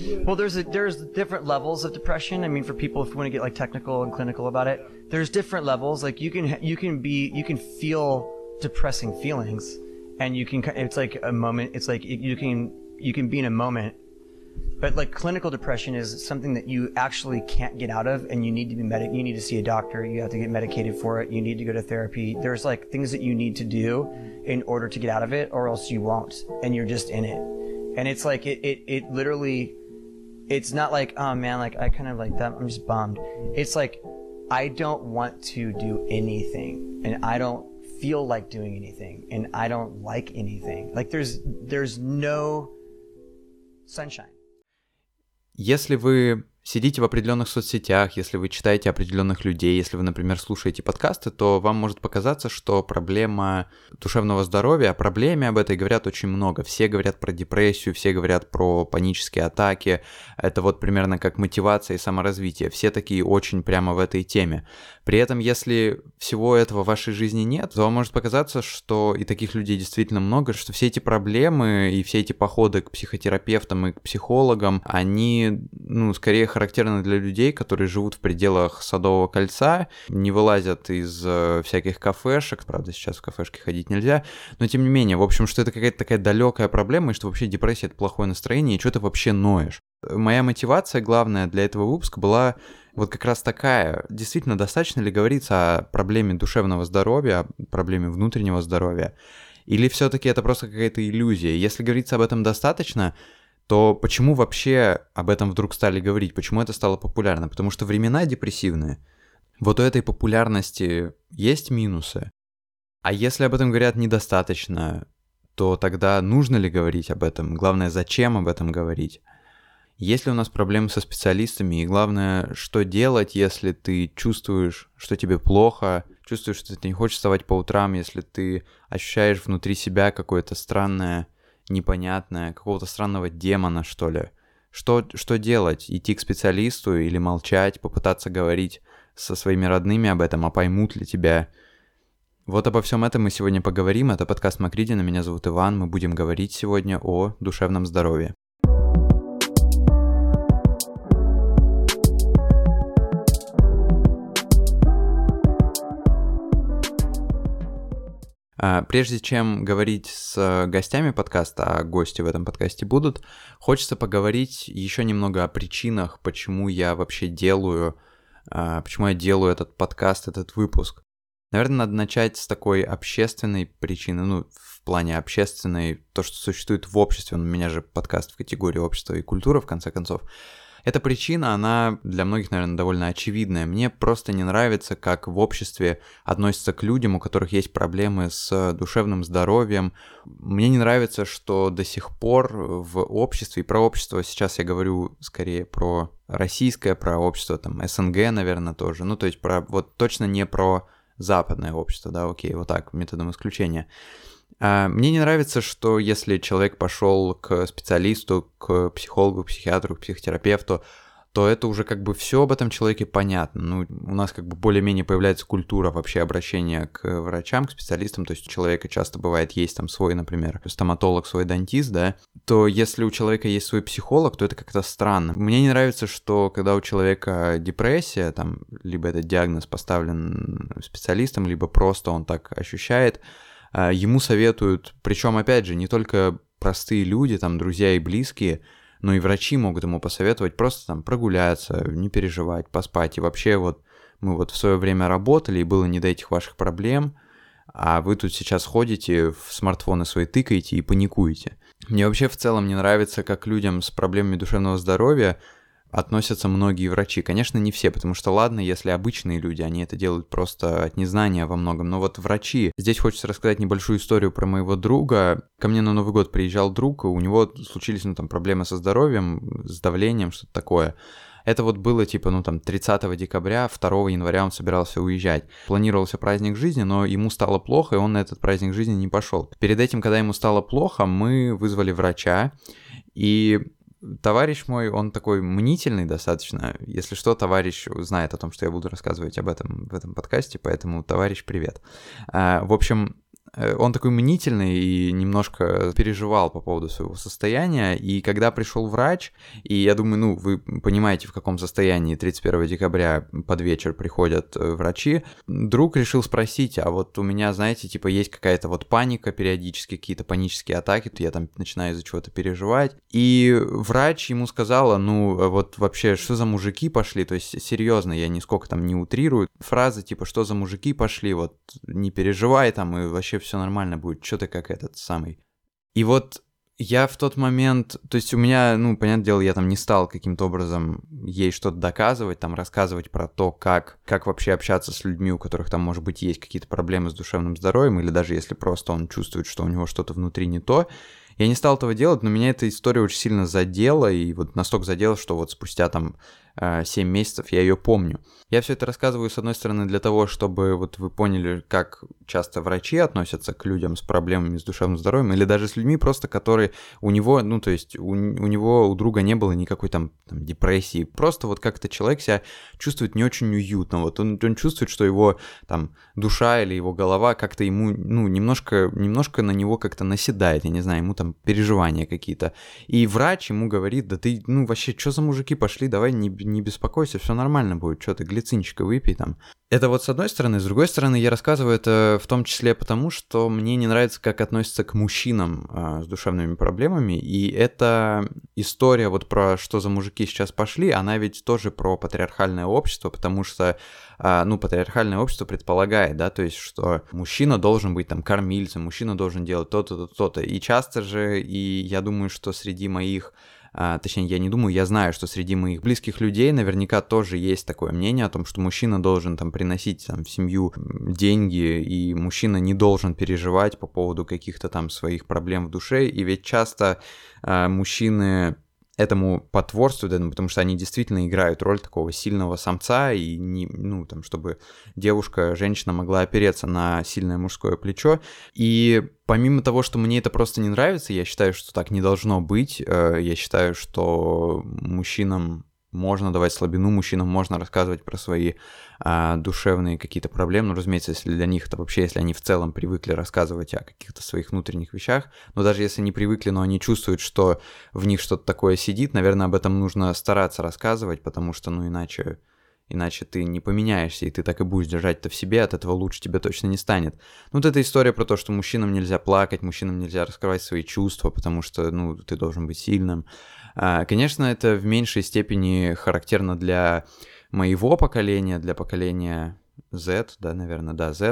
Well, there's different levels of depression. I mean, for people, if we want to get like technical and clinical about it, there's different levels. Like you can feel depressing feelings, and it's like a moment. It's like you can be in a moment, but like clinical depression is something that you actually can't get out of, and you need to be you need to see a doctor. You have to get medicated for it. You need to go to therapy. There's like things that you need to do in order to get out of it, or else you won't, and you're just in it. And it's like it literally, it's not like, oh man, like I kind of like that, I'm just bummed. It's like I don't want to do anything, and I don't feel like doing anything, and I don't like anything. Like there's no sunshine. Если вы сидите в определенных соцсетях, если вы читаете определенных людей, если вы, например, слушаете подкасты, то вам может показаться, что проблема душевного здоровья, о проблеме об этой говорят очень много. Все говорят про депрессию, все говорят про панические атаки. Это вот примерно как мотивация и саморазвитие. Все такие очень прямо в этой теме. При этом, если всего этого в вашей жизни нет, то вам может показаться, что и таких людей действительно много, что все эти проблемы и все эти походы к психотерапевтам и к психологам, они, скорее характерны для людей, которые живут в пределах Садового кольца, не вылазят из всяких кафешек, правда, сейчас в кафешки ходить нельзя, но тем не менее, в общем, что это какая-то такая далекая проблема, и что вообще депрессия — это плохое настроение, и что ты вообще ноешь. Моя мотивация главная для этого выпуска была вот как раз такая. Действительно, достаточно ли говорится о проблеме душевного здоровья, о проблеме внутреннего здоровья, или все-таки это просто какая-то иллюзия? Если говорится об этом достаточно, то почему вообще об этом вдруг стали говорить? Почему это стало популярно? Потому что времена депрессивные. Вот у этой популярности есть минусы. А если об этом говорят недостаточно, то тогда нужно ли говорить об этом? Главное, зачем об этом говорить? Есть ли у нас проблемы со специалистами? И главное, что делать, если ты чувствуешь, что тебе плохо, чувствуешь, что ты не хочешь вставать по утрам, если ты ощущаешь внутри себя какое-то странное, непонятное, какого-то странного демона, что ли. Что делать? Идти к специалисту или молчать, попытаться говорить со своими родными об этом, а поймут ли тебя? Вот обо всем этом мы сегодня поговорим. Это подкаст Макридина, меня зовут Иван. Мы будем говорить сегодня о душевном здоровье. Прежде чем говорить с гостями подкаста, а гости в этом подкасте будут, хочется поговорить еще немного о причинах, почему я делаю этот подкаст, этот выпуск. Наверное, надо начать с такой общественной причины, в плане общественной, то, что существует в обществе, у меня же подкаст в категории общества и культура, в конце концов. Эта причина, она для многих, наверное, довольно очевидная. Мне просто не нравится, как в обществе относятся к людям, у которых есть проблемы с душевным здоровьем. Мне не нравится, что до сих пор в обществе, и про общество сейчас я говорю скорее про российское, про общество там СНГ, наверное, тоже. То есть точно не про западное общество, да, окей, вот так, методом исключения. Мне не нравится, что если человек пошел к специалисту, к психологу, к психиатру, к психотерапевту, то это уже все об этом человеке понятно. У нас более-менее появляется культура вообще обращения к врачам, к специалистам, то есть у человека часто бывает есть там свой, например, стоматолог, свой дантист, да, то если у человека есть свой психолог, то это как-то странно. Мне не нравится, что когда у человека депрессия, там, либо этот диагноз поставлен специалистом, либо просто он так ощущает, ему советуют, причем, опять же, не только простые люди, там, друзья и близкие, но и врачи могут ему посоветовать просто там прогуляться, не переживать, поспать. И вообще мы в свое время работали, и было не до этих ваших проблем, а вы тут сейчас ходите, в смартфоны свои тыкаете и паникуете. Мне вообще в целом не нравится, как людям с проблемами душевного здоровья относятся многие врачи. Конечно, не все, потому что ладно, если обычные люди, они это делают просто от незнания во многом, но врачи. Здесь хочется рассказать небольшую историю про моего друга. Ко мне на Новый год приезжал друг, и у него случились, проблемы со здоровьем, с давлением, что-то такое. Это было 30 декабря, 2 января он собирался уезжать. Планировался праздник жизни, но ему стало плохо, и он на этот праздник жизни не пошел. Перед этим, когда ему стало плохо, мы вызвали врача, и товарищ мой, он такой мнительный достаточно. Если что, товарищ знает о том, что я буду рассказывать об этом в этом подкасте, поэтому, товарищ, привет. В общем, он такой мнительный и немножко переживал по поводу своего состояния, и когда пришел врач, и я думаю, ну, вы понимаете, в каком состоянии 31 декабря под вечер приходят врачи, друг решил спросить, а вот у меня, знаете, типа есть какая-то вот паника периодически, какие-то панические атаки, я там начинаю из-за чего-то переживать, и врач ему сказала, ну, вот вообще, что за мужики пошли, то есть серьезно, я нисколько там не утрирую, фраза типа, что за мужики пошли, вот не переживай там, и вообще все нормально будет, что ты как этот самый. И вот я в тот момент, то есть у меня, ну, понятное дело, я там не стал каким-то образом ей что-то доказывать, там, рассказывать про то, как вообще общаться с людьми, у которых там, может быть, есть какие-то проблемы с душевным здоровьем, или даже если просто он чувствует, что у него что-то внутри не то. Я не стал этого делать, но меня эта история очень сильно задела, и вот настолько задела, что вот спустя там 7 месяцев я ее помню. Я все это рассказываю, с одной стороны, для того, чтобы вот вы поняли, как часто врачи относятся к людям с проблемами с душевным здоровьем, или даже с людьми просто, которые у него, ну, то есть у него, у друга не было никакой там депрессии, просто вот как-то человек себя чувствует не очень уютно, вот он чувствует, что его там душа или его голова как-то ему, ну, немножко на него как-то наседает, я не знаю, ему там переживания какие-то. И врач ему говорит, да ты, ну, вообще, что за мужики пошли, давай не беспокойся, все нормально будет, что ты, глицинчика выпей там. Это вот с одной стороны. С другой стороны, я рассказываю это в том числе потому, что мне не нравится, как относятся к мужчинам с душевными проблемами, и эта история вот про что за мужики сейчас пошли, она ведь тоже про патриархальное общество, потому что, ну, патриархальное общество предполагает, да, то есть, что мужчина должен быть там кормильцем, мужчина должен делать то-то, то-то, и часто же, и я думаю, что среди моих точнее, я не думаю, я знаю, что среди моих близких людей наверняка тоже есть такое мнение о том, что мужчина должен там приносить там в семью деньги, и мужчина не должен переживать по поводу каких-то там своих проблем в душе, и ведь часто мужчины этому потворствуют, потому что они действительно играют роль такого сильного самца, и не, ну, там, чтобы женщина могла опереться на сильное мужское плечо. И помимо того, что мне это просто не нравится, я считаю, что так не должно быть. Я считаю, что мужчинам можно давать слабину, мужчинам можно рассказывать про свои душевные какие-то проблемы. Ну, разумеется, если для них это вообще, если они в целом привыкли рассказывать о каких-то своих внутренних вещах, но даже если не привыкли, но они чувствуют, что в них что-то такое сидит, наверное, об этом нужно стараться рассказывать, потому что, ну, иначе ты не поменяешься, и ты так и будешь держать это в себе, от этого лучше тебе точно не станет. Ну, вот эта история про то, что мужчинам нельзя плакать, мужчинам нельзя раскрывать свои чувства, потому что, ну, ты должен быть сильным. Конечно, это в меньшей степени характерно для моего поколения, для поколения Z, да, наверное, да, Z.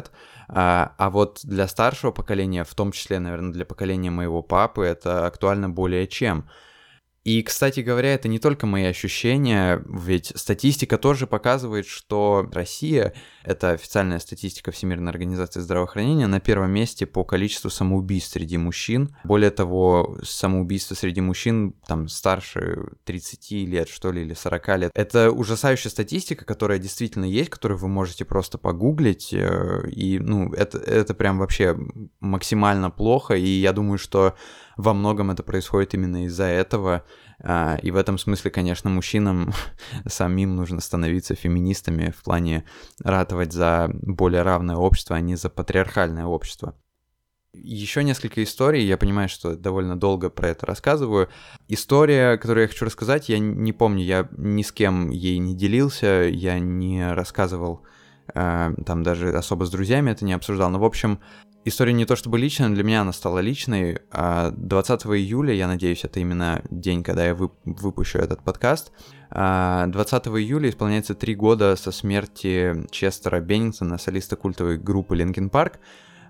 А вот для старшего поколения, в том числе, наверное, для поколения моего папы, это актуально более чем. И, кстати говоря, это не только мои ощущения, ведь статистика тоже показывает, что Россия, это официальная статистика Всемирной организации здравоохранения, на первом месте по количеству самоубийств среди мужчин. Более того, самоубийства среди мужчин там старше 30 лет, что ли, или 40 лет. Это ужасающая статистика, которая действительно есть, которую вы можете просто погуглить, и, ну, это прям вообще максимально плохо, и я думаю, что во многом это происходит именно из-за этого. И в этом смысле, конечно, мужчинам самим нужно становиться феминистами в плане ратовать за более равное общество, а не за патриархальное общество. Еще несколько историй, я понимаю, что довольно долго про это рассказываю. История, которую я хочу рассказать, я не помню, я ни с кем ей не делился, я не рассказывал, там даже особо с друзьями это не обсуждал, но, в общем, история не то чтобы личная, но для меня она стала личной. 20 июля, я надеюсь, это именно день, когда я выпущу этот подкаст. 20 июля исполняется 3 года со смерти Честера Беннингтона, солиста культовой группы Linkin Park.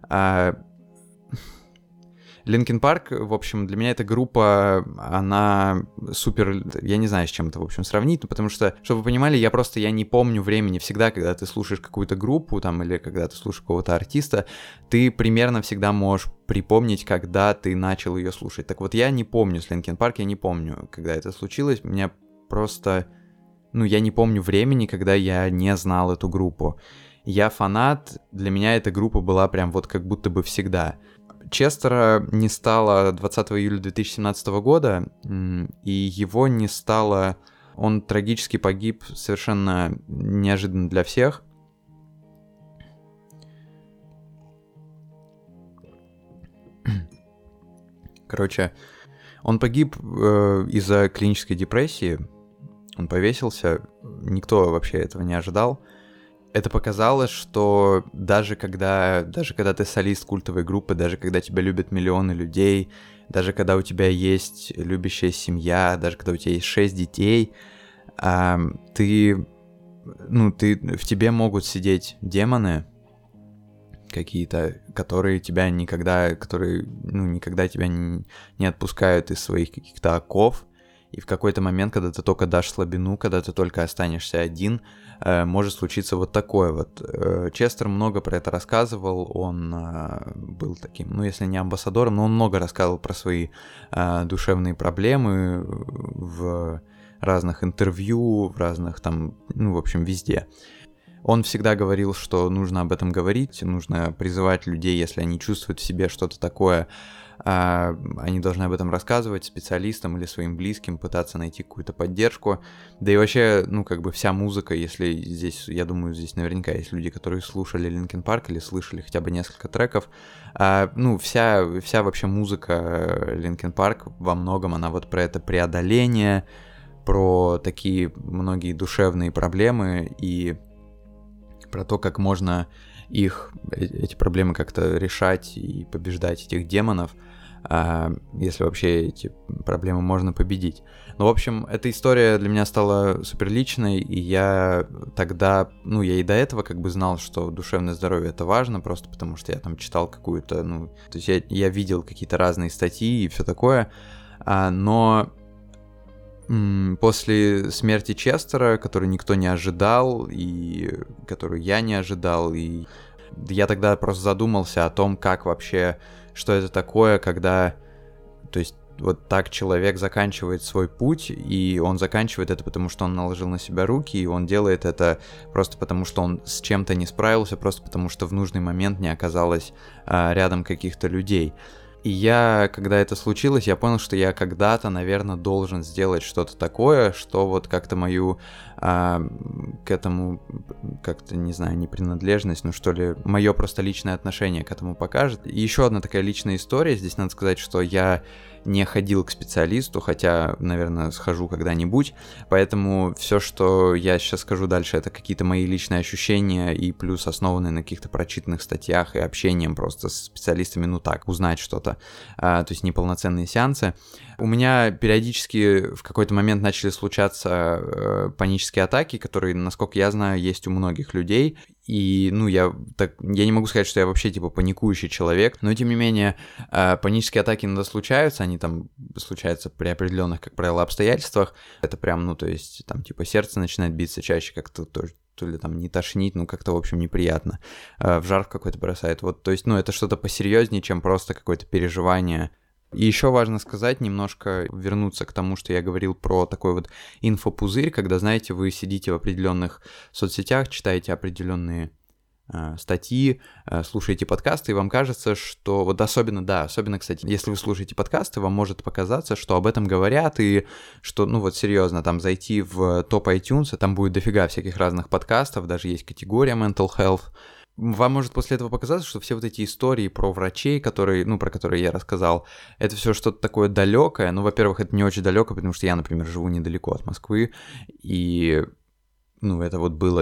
Linkin Park, в общем, для меня эта группа, она супер, я не знаю, с чем это, в общем, сравнить, но потому что, чтобы вы понимали, я не помню времени всегда, когда ты слушаешь какую-то группу, там, или когда ты слушаешь какого-то артиста, ты примерно всегда можешь припомнить, когда ты начал ее слушать. Так вот, я не помню с Linkin Park, я не помню, когда это случилось, у меня просто, ну, я не помню времени, когда я не знал эту группу. Я фанат, для меня эта группа была прям вот как будто бы всегда. Честера не стало 20 июля 2017 года, и его не стало... Он трагически погиб совершенно неожиданно для всех. Короче, он погиб из-за клинической депрессии, он повесился, никто вообще этого не ожидал. Это показало, что даже когда ты солист культовой группы, даже когда тебя любят миллионы людей, даже когда у тебя есть любящая семья, даже когда у тебя есть 6 детей, в тебе могут сидеть демоны какие-то, которые никогда тебя не отпускают из своих каких-то оков. И в какой-то момент, когда ты только дашь слабину, когда ты только останешься один, может случиться вот такое вот. Честер много про это рассказывал, он был таким, если не амбассадором, но он много рассказывал про свои душевные проблемы в разных интервью, в разных там, в общем, везде. Он всегда говорил, что нужно об этом говорить, нужно призывать людей, если они чувствуют в себе что-то такое, они должны об этом рассказывать специалистам или своим близким, пытаться найти какую-то поддержку. Да и вообще, вся музыка, если здесь, я думаю, здесь наверняка есть люди, которые слушали Linkin Park или слышали хотя бы несколько треков, вся вообще музыка Linkin Park во многом, она вот про это преодоление, про такие многие душевные проблемы и про то, как можно эти проблемы как-то решать и побеждать этих демонов, если вообще эти проблемы можно победить. В общем, эта история для меня стала супер личной, и я тогда, я и до этого знал, что душевное здоровье — это важно, просто потому что я там читал какую-то, то есть я видел какие-то разные статьи и все такое, но после смерти Честера, которую никто не ожидал, и которую я не ожидал, и я тогда просто задумался о том, как вообще, что это такое, когда, то есть, вот так человек заканчивает свой путь, и он заканчивает это потому, что он наложил на себя руки, и он делает это просто потому, что он с чем-то не справился, просто потому, что в нужный момент не оказалось рядом каких-то людей. И когда это случилось, я понял, что я когда-то, наверное, должен сделать что-то такое, что вот как-то мою к этому, как-то, не знаю, не принадлежность, что ли, мое просто личное отношение к этому покажет. И еще одна такая личная история, здесь надо сказать, что я не ходил к специалисту, хотя, наверное, схожу когда-нибудь, поэтому все, что я сейчас скажу дальше, это какие-то мои личные ощущения и плюс основанные на каких-то прочитанных статьях и общением просто с специалистами, узнать что-то, то есть неполноценные сеансы. У меня периодически в какой-то момент начали случаться панические атаки, которые, насколько я знаю, есть у многих людей. И, я не могу сказать, что я вообще, паникующий человек, но, тем не менее, панические атаки иногда случаются, они там случаются при определенных, как правило, обстоятельствах. Это прям, то есть, там, сердце начинает биться чаще, как-то то ли там не тошнить, как-то, в общем, неприятно. В жар какой-то бросает. Вот, то есть, это что-то посерьезнее, чем просто какое-то переживание. И еще важно сказать, немножко вернуться к тому, что я говорил про такой вот инфопузырь, когда, знаете, вы сидите в определенных соцсетях, читаете определенные статьи, слушаете подкасты, и вам кажется, что... Вот особенно, кстати, если вы слушаете подкасты, вам может показаться, что об этом говорят, и что, серьезно, там зайти в топ iTunes, там будет дофига всяких разных подкастов, даже есть категория Mental Health. Вам может после этого показаться, что все вот эти истории про врачей, про которые я рассказал, это все что-то такое далекое. Во-первых, это не очень далеко, потому что я, например, живу недалеко от Москвы, и, это вот было,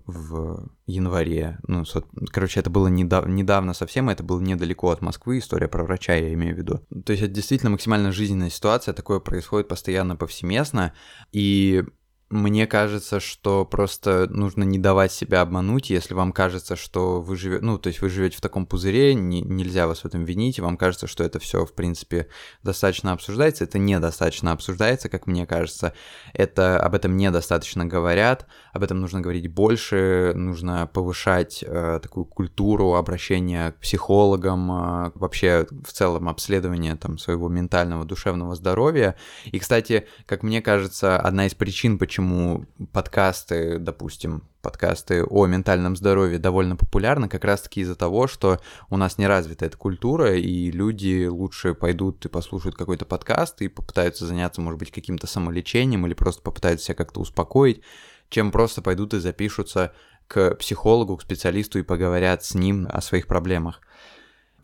в январе. Это было недавно совсем, это было недалеко от Москвы, история про врача, я имею в виду. То есть это действительно максимально жизненная ситуация, такое происходит постоянно, повсеместно, и... Мне кажется, что просто нужно не давать себя обмануть, если вам кажется, что вы живете, вы живете в таком пузыре, нельзя вас в этом винить, и вам кажется, что это все, в принципе, достаточно обсуждается. Это недостаточно обсуждается, как мне кажется. Об этом недостаточно говорят, об этом нужно говорить больше, нужно повышать такую культуру обращения к психологам, вообще в целом обследования своего ментального, душевного здоровья. И, кстати, как мне кажется, одна из причин, почему подкасты, допустим, подкасты о ментальном здоровье довольно популярны, как раз-таки из-за того, что у нас не развита эта культура, и люди лучше пойдут и послушают какой-то подкаст и попытаются заняться, может быть, каким-то самолечением или просто попытаются себя как-то успокоить, чем просто пойдут и запишутся к психологу, к специалисту и поговорят с ним о своих проблемах.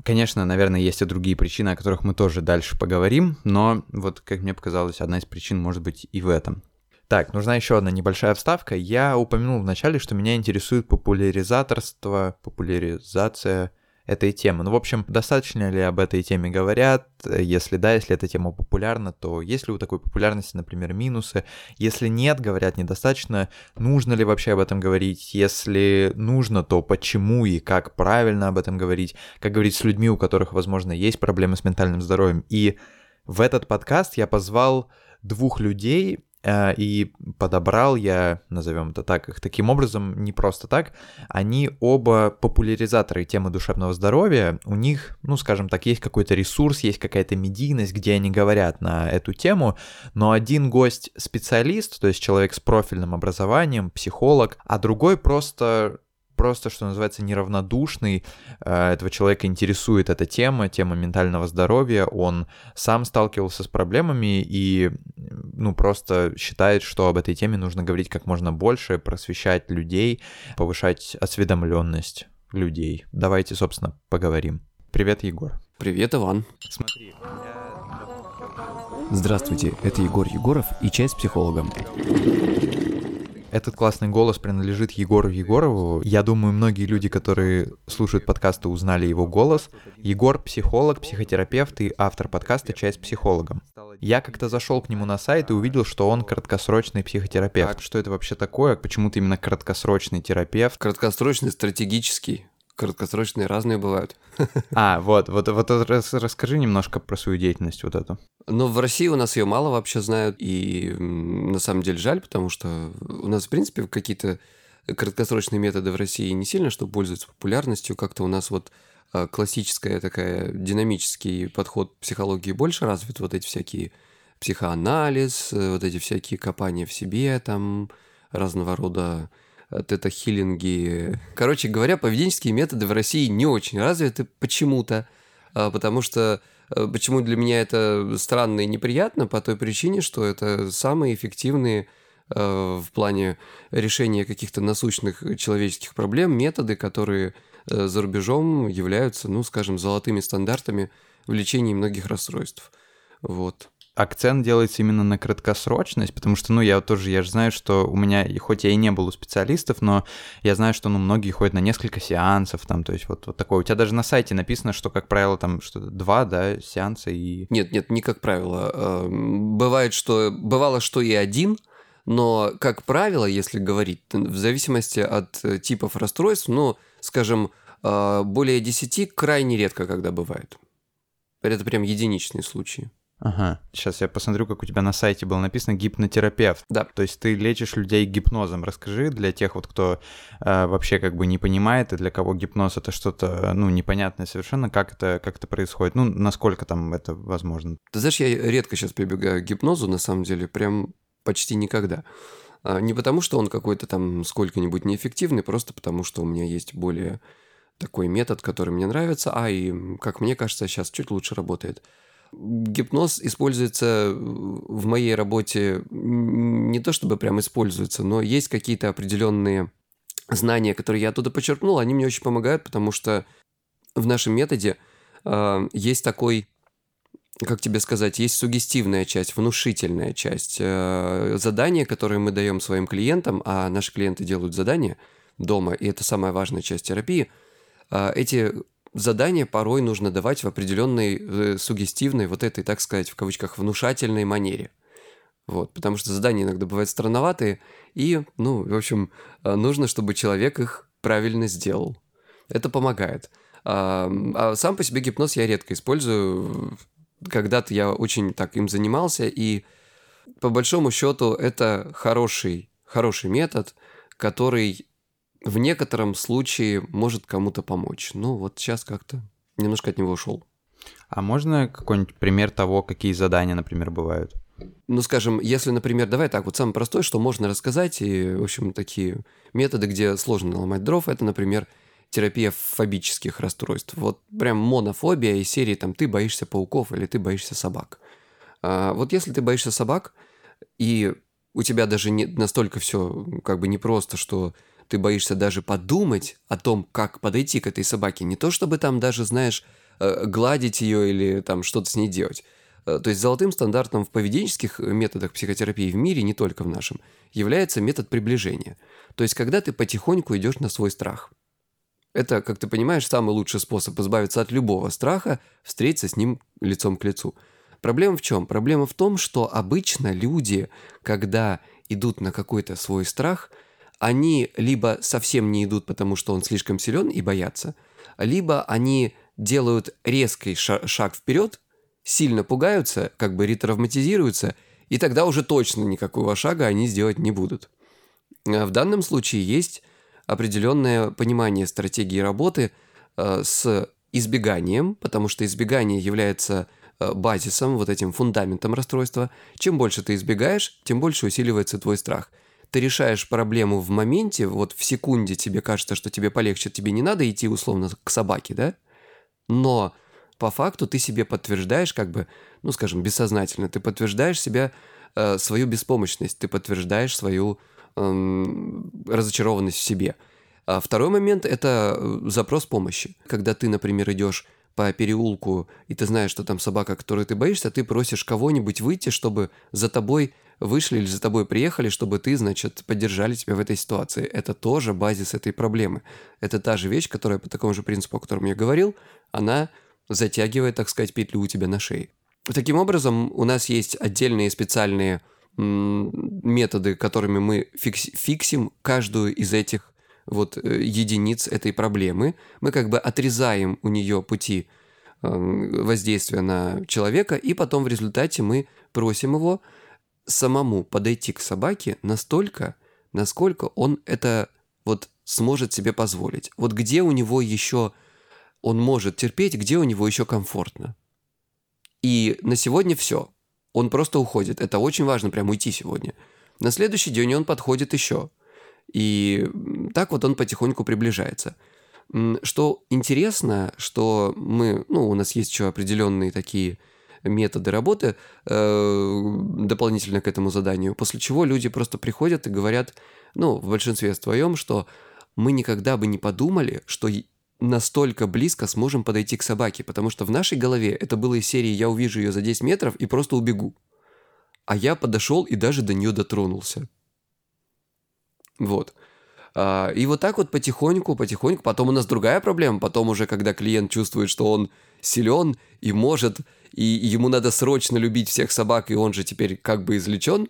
Конечно, наверное, есть и другие причины, о которых мы тоже дальше поговорим, но вот, как мне показалось, одна из причин может быть и в этом. Так, нужна еще одна небольшая вставка. Я упомянул вначале, что меня интересует популяризация этой темы. Ну, в общем, достаточно ли об этой теме говорят? Если да, если эта тема популярна, то есть ли у такой популярности, например, минусы? Если нет, говорят недостаточно, нужно ли вообще об этом говорить? Если нужно, то почему и как правильно об этом говорить? Как говорить с людьми, у которых, возможно, есть проблемы с ментальным здоровьем? И в этот подкаст я позвал 2 людей, и подобрал я, назовем это так, их таким образом, не просто так, они оба популяризаторы темы душевного здоровья, у них, ну, скажем так, есть какой-то ресурс, есть какая-то медийность, где они говорят на эту тему, но один гость специалист, то есть человек с профильным образованием, психолог, а другой просто, что называется, неравнодушный. Этого человека интересует эта тема ментального здоровья, он сам сталкивался с проблемами и, ну, просто считает, что об этой теме нужно говорить как можно больше, просвещать людей, повышать осведомленность людей. Давайте, собственно, поговорим. Привет, Егор. Привет, Иван. Смотри, Здравствуйте, это Егор Егоров и чай с психологом. Этот классный голос принадлежит Егору Егорову. Я думаю, многие люди, которые слушают подкасты, узнали его голос. Егор — психолог, психотерапевт и автор подкаста «Чай с психологом». Я как-то зашел к нему на сайт и увидел, что он краткосрочный психотерапевт. Что это вообще такое? Почему ты именно краткосрочный терапевт? Краткосрочный, стратегический. Краткосрочные разные бывают. Вот расскажи немножко про свою деятельность вот эту. Но в России у нас ее мало вообще знают, и на самом деле жаль, потому что у нас, в принципе, какие-то краткосрочные методы в России не сильно, что пользуются популярностью. Как-то у нас вот классическая такая динамический подход к психологии больше развит, вот эти всякие психоанализ, вот эти всякие копания в себе, там разного рода тета-хиллинги. Короче говоря, поведенческие методы в России не очень развиты почему-то, потому что почему для меня это странно и неприятно? По той причине, что это самые эффективные в плане решения каких-то насущных человеческих проблем методы, которые за рубежом являются, ну, скажем, золотыми стандартами в лечении многих расстройств. Вот. Акцент делается именно на краткосрочность, потому что, ну, я же знаю, что у меня, хоть я и не был у специалистов, но я знаю, что, ну, многие ходят на несколько сеансов, там, то есть вот такое. У тебя даже на сайте написано, что, как правило, там что-то 2, да, сеанса и... Нет, не как правило. Бывало, что и 1, но, как правило, если говорить, в зависимости от типов расстройств, ну, скажем, более 10 крайне редко когда бывает. Это прям единичные случаи. Ага, сейчас я посмотрю, как у тебя на сайте было написано гипнотерапевт. Да. То есть ты лечишь людей гипнозом. Расскажи для тех вот, кто вообще как бы не понимает, и для кого гипноз — это что-то, ну, непонятное совершенно, как это происходит, ну, насколько там это возможно. Ты знаешь, я редко сейчас прибегаю к гипнозу, на самом деле, прям почти никогда. Не потому, что он какой-то там сколько-нибудь неэффективный, просто потому, что у меня есть более такой метод, который мне нравится, и, как мне кажется, сейчас чуть лучше работает. Гипноз используется в моей работе не то чтобы прям используется, но есть какие-то определенные знания, которые я оттуда почерпнул, они мне очень помогают, потому что в нашем методе есть такой, как тебе сказать, есть суггестивная часть, внушительная часть. Задания, которые мы даем своим клиентам, а наши клиенты делают задания дома, и это самая важная часть терапии, эти задания порой нужно давать в определенной суггестивной, вот этой, так сказать, в кавычках, внушательной манере. Вот, потому что задания иногда бывают странноватые, и, ну, в общем, нужно, чтобы человек их правильно сделал. Это помогает. А сам по себе гипноз я редко использую. Когда-то я очень так им занимался, и по большому счету это хороший метод, который в некотором случае может кому-то помочь. Ну, вот сейчас как-то немножко от него ушел. А можно какой-нибудь пример того, какие задания, например, бывают? Ну, скажем, если, например, давай так, вот самое простое, что можно рассказать, и, в общем, такие методы, где сложно наломать дров, это, например, терапия фобических расстройств. Вот прям монофобия из серии, там, ты боишься пауков или ты боишься собак. Вот если ты боишься собак, и у тебя даже не настолько все как бы непросто, что ты боишься даже подумать о том, как подойти к этой собаке. Не то, чтобы там даже, знаешь, гладить ее или там что-то с ней делать. То есть золотым стандартом в поведенческих методах психотерапии в мире, не только в нашем, является метод приближения. То есть когда ты потихоньку идешь на свой страх. Это, как ты понимаешь, самый лучший способ избавиться от любого страха, встретиться с ним лицом к лицу. Проблема в чем? Проблема в том, что обычно люди, когда идут на какой-то свой страх, они либо совсем не идут, потому что он слишком силен и боятся, либо они делают резкий шаг вперед, сильно пугаются, как бы ретравматизируются, и тогда уже точно никакого шага они сделать не будут. В данном случае есть определенное понимание стратегии работы с избеганием, потому что избегание является базисом, вот этим фундаментом расстройства. Чем больше ты избегаешь, тем больше усиливается твой страх. Ты решаешь проблему в моменте, вот в секунде тебе кажется, что тебе полегче, тебе не надо идти условно к собаке, да? Но по факту ты себе подтверждаешь, как бы, ну, скажем, бессознательно, ты подтверждаешь себя, свою беспомощность, ты подтверждаешь свою разочарованность в себе. А второй момент – это запрос помощи. Когда ты, например, идешь по переулку, и ты знаешь, что там собака, которую ты боишься, ты просишь кого-нибудь выйти, чтобы за тобой вышли или за тобой приехали, чтобы ты, значит, поддержали тебя в этой ситуации. Это тоже базис этой проблемы. Это та же вещь, которая по такому же принципу, о котором я говорил, она затягивает, так сказать, петлю у тебя на шее. Таким образом, у нас есть отдельные специальные методы, которыми мы фиксим каждую из этих вот единиц этой проблемы. Мы как бы отрезаем у нее пути воздействия на человека, и потом в результате мы просим его самому подойти к собаке настолько, насколько он это вот сможет себе позволить. Вот где у него еще он может терпеть, где у него еще комфортно. И на сегодня все. Он просто уходит. Это очень важно, прям уйти сегодня. На следующий день он подходит еще. И так вот он потихоньку приближается. Что интересно, что мы, у нас есть еще определенные такие методы работы дополнительно к этому заданию, после чего люди просто приходят и говорят, в большинстве своем, что мы никогда бы не подумали, что настолько близко сможем подойти к собаке, потому что в нашей голове это было из серии «я увижу ее за 10 метров и просто убегу». А я подошел и даже до нее дотронулся. Вот. И вот так вот потихоньку, потом у нас другая проблема, потом уже, когда клиент чувствует, что он силен и может, и ему надо срочно любить всех собак, и он же теперь как бы излечен,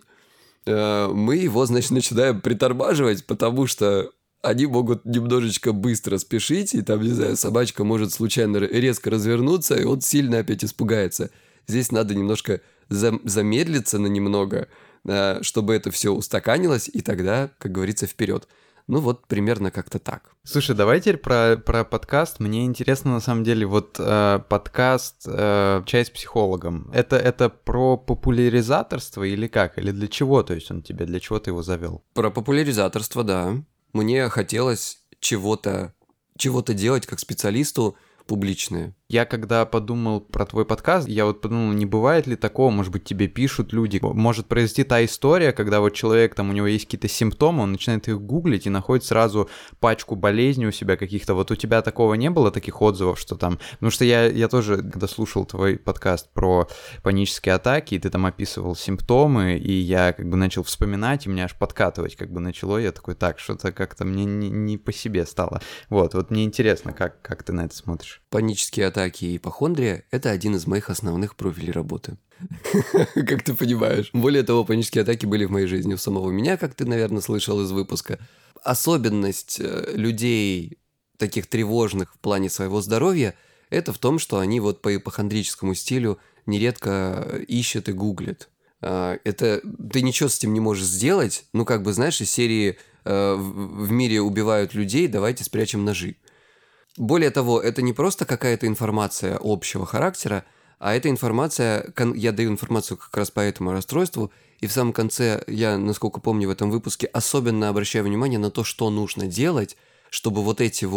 мы его, значит, начинаем притормаживать, потому что они могут немножечко быстро спешить, и там, не знаю, собачка может случайно резко развернуться, и он сильно опять испугается. Здесь надо немножко замедлиться на немного, чтобы это все устаканилось, и тогда, как говорится, вперед. Вот примерно как-то так. Слушай, давай теперь про подкаст. Мне интересно, на самом деле, подкаст «Чай с психологом». Это про популяризаторство или как? Или для чего? То есть для чего ты его завел? Про популяризаторство, да. Мне хотелось чего-то делать как специалисту публичное. Я когда подумал про твой подкаст, я подумал, не бывает ли такого, может быть, тебе пишут люди, может произойти та история, когда человек, у него есть какие-то симптомы, он начинает их гуглить и находит сразу пачку болезней у себя каких-то. У тебя такого не было, таких отзывов, что там... Потому что я тоже, когда слушал твой подкаст про панические атаки, и ты там описывал симптомы, и я начал вспоминать, и меня аж подкатывать начало, я такой, так, что-то как-то мне не по себе стало. Вот мне интересно, как ты на это смотришь? Панические атаки и ипохондрия – это один из моих основных профилей работы. Как ты понимаешь. Более того, панические атаки были в моей жизни у самого меня, как ты, наверное, слышал из выпуска. Особенность людей, таких тревожных в плане своего здоровья, это в том, что они по ипохондрическому стилю нередко ищут и гуглят. Это ты ничего с этим не можешь сделать. Знаешь, из серии «В мире убивают людей, давайте спрячем ножи». Более того, это не просто какая-то информация общего характера, а это информация, я даю информацию как раз по этому расстройству, и в самом конце я, насколько помню, в этом выпуске особенно обращаю внимание на то, что нужно делать, чтобы эти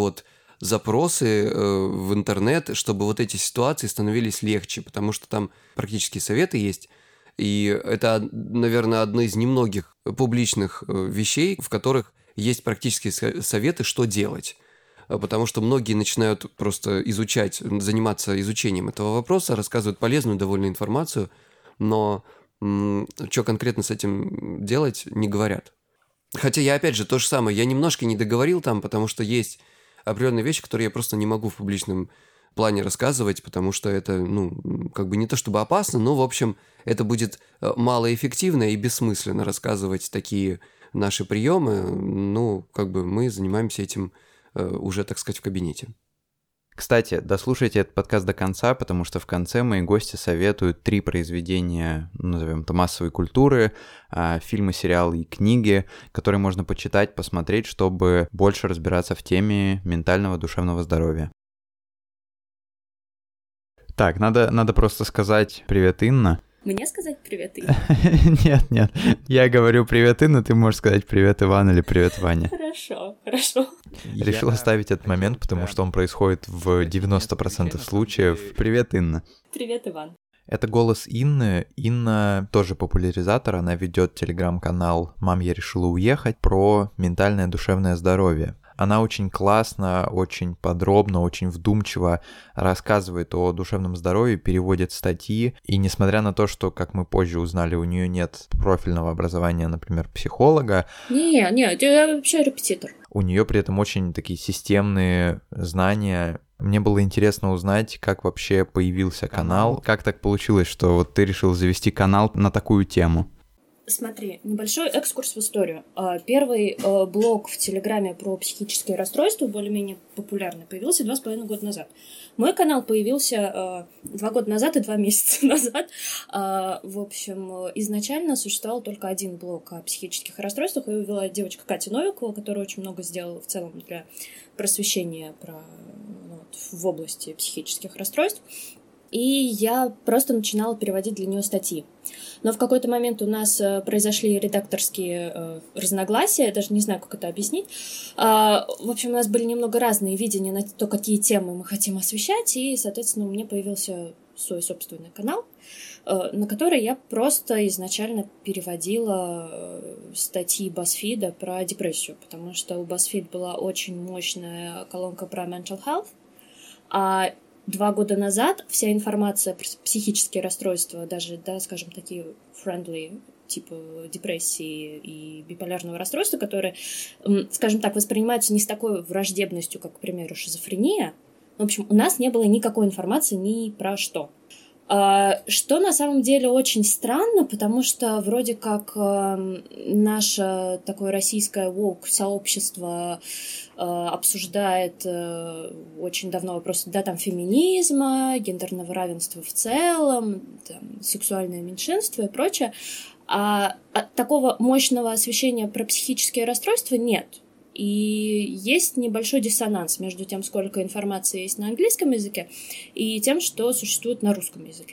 запросы в интернет, чтобы эти ситуации становились легче, потому что там практические советы есть, и это, наверное, одна из немногих публичных вещей, в которых есть практические советы, что делать. потому что многие начинают просто заниматься изучением этого вопроса, рассказывают полезную довольно информацию, но что конкретно с этим делать, не говорят. Хотя я, опять же, то же самое, я немножко не договорил там, потому что есть определенные вещи, которые я просто не могу в публичном плане рассказывать, потому что это, не то чтобы опасно, но, в общем, это будет малоэффективно и бессмысленно рассказывать такие наши приемы. Мы занимаемся этим уже, так сказать, в кабинете. Кстати, дослушайте этот подкаст до конца, потому что в конце мои гости советуют 3 произведения, назовем это, массовой культуры, фильмы, сериалы и книги, которые можно почитать, посмотреть, чтобы больше разбираться в теме ментального, душевного здоровья. Так, надо просто сказать привет, Инна. Мне сказать привет, Инна? Нет. Я говорю привет, Инна, ты можешь сказать привет, Иван, или привет, Ваня. Хорошо. Решил оставить этот момент, потому что он происходит в 90% случаев. Привет, Инна. Привет, Иван. Это голос Инны. Инна тоже популяризатор, она ведет телеграм-канал «Мам, я решила уехать» про ментальное душевное здоровье. Она очень классно, очень подробно, очень вдумчиво рассказывает о душевном здоровье, переводит статьи. И несмотря на то, что, как мы позже узнали, у нее нет профильного образования, например, психолога. Нет, я вообще репетитор. У нее при этом очень такие системные знания. Мне было интересно узнать, как вообще появился канал. Как так получилось, что вот ты решил завести канал на такую тему? Смотри, небольшой экскурс в историю. Первый блог в Телеграме про психические расстройства, более-менее популярный, появился 2,5 года назад. Мой канал появился 2 года назад и 2 месяца назад. В общем, изначально существовал только один блог о психических расстройствах. Его вела девочка Катя Новикова, которая очень много сделала в целом для просвещения в области психических расстройств. И я просто начинала переводить для нее статьи. Но в какой-то момент у нас произошли редакторские разногласия, я даже не знаю, как это объяснить. В общем, у нас были немного разные видения на то, какие темы мы хотим освещать, и, соответственно, у меня появился свой собственный канал, на который я просто изначально переводила статьи BuzzFeed про депрессию, потому что у BuzzFeed была очень мощная колонка про mental health, а 2 года назад вся информация про психические расстройства, даже, скажем, такие friendly, типа депрессии и биполярного расстройства, которые, скажем так, воспринимаются не с такой враждебностью, как, к примеру, шизофрения. В общем, у нас не было никакой информации ни про что. Что на самом деле очень странно, потому что вроде как наше такое российское woke-сообщество обсуждает очень давно вопросы, феминизма, гендерного равенства в целом, сексуальное меньшинство и прочее. А такого мощного освещения про психические расстройства нет. И есть небольшой диссонанс между тем, сколько информации есть на английском языке, и тем, что существует на русском языке.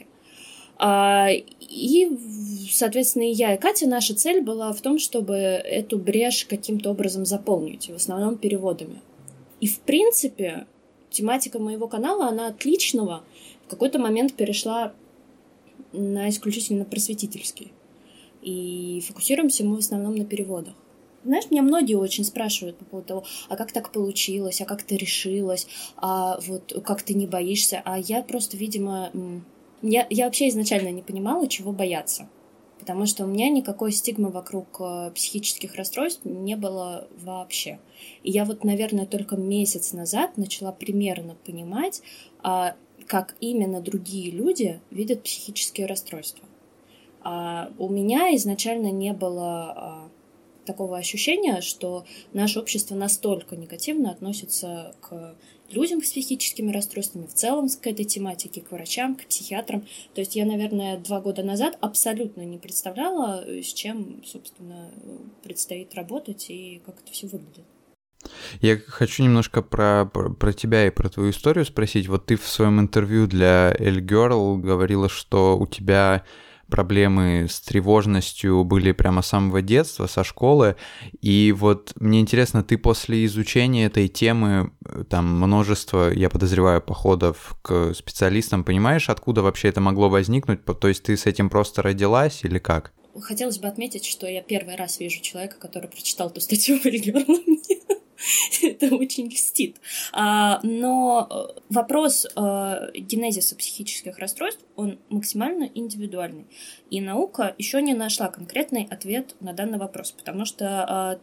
И, соответственно, и я, и Катя, наша цель была в том, чтобы эту брешь каким-то образом заполнить, в основном переводами. И, в принципе, тематика моего канала, она от личного в какой-то момент перешла на исключительно просветительский. И фокусируемся мы в основном на переводах. Знаешь, меня многие очень спрашивают по поводу того, а как так получилось, а как ты решилась, а вот как ты не боишься. А я просто, видимо, я вообще изначально не понимала, чего бояться. Потому что у меня никакой стигмы вокруг психических расстройств не было вообще. И я наверное, только месяц назад начала примерно понимать, как именно другие люди видят психические расстройства. У меня изначально не было такого ощущения, что наше общество настолько негативно относится к людям с психическими расстройствами, в целом к этой тематике, к врачам, к психиатрам. То есть я, наверное, 2 года назад абсолютно не представляла, с чем, собственно, предстоит работать и как это все выглядит. Я хочу немножко про тебя и про твою историю спросить. Вот ты в своем интервью для Elle Girl говорила, что у тебя проблемы с тревожностью были прямо с самого детства, со школы. И вот мне интересно, ты после изучения этой темы, множество, я подозреваю, походов к специалистам, понимаешь, откуда вообще это могло возникнуть? То есть ты с этим просто родилась или как? Хотелось бы отметить, что я первый раз вижу человека, который прочитал ту статью в Elle Girl. это очень льстит. Но вопрос генезиса психических расстройств, он максимально индивидуальный. И наука еще не нашла конкретный ответ на данный вопрос, потому что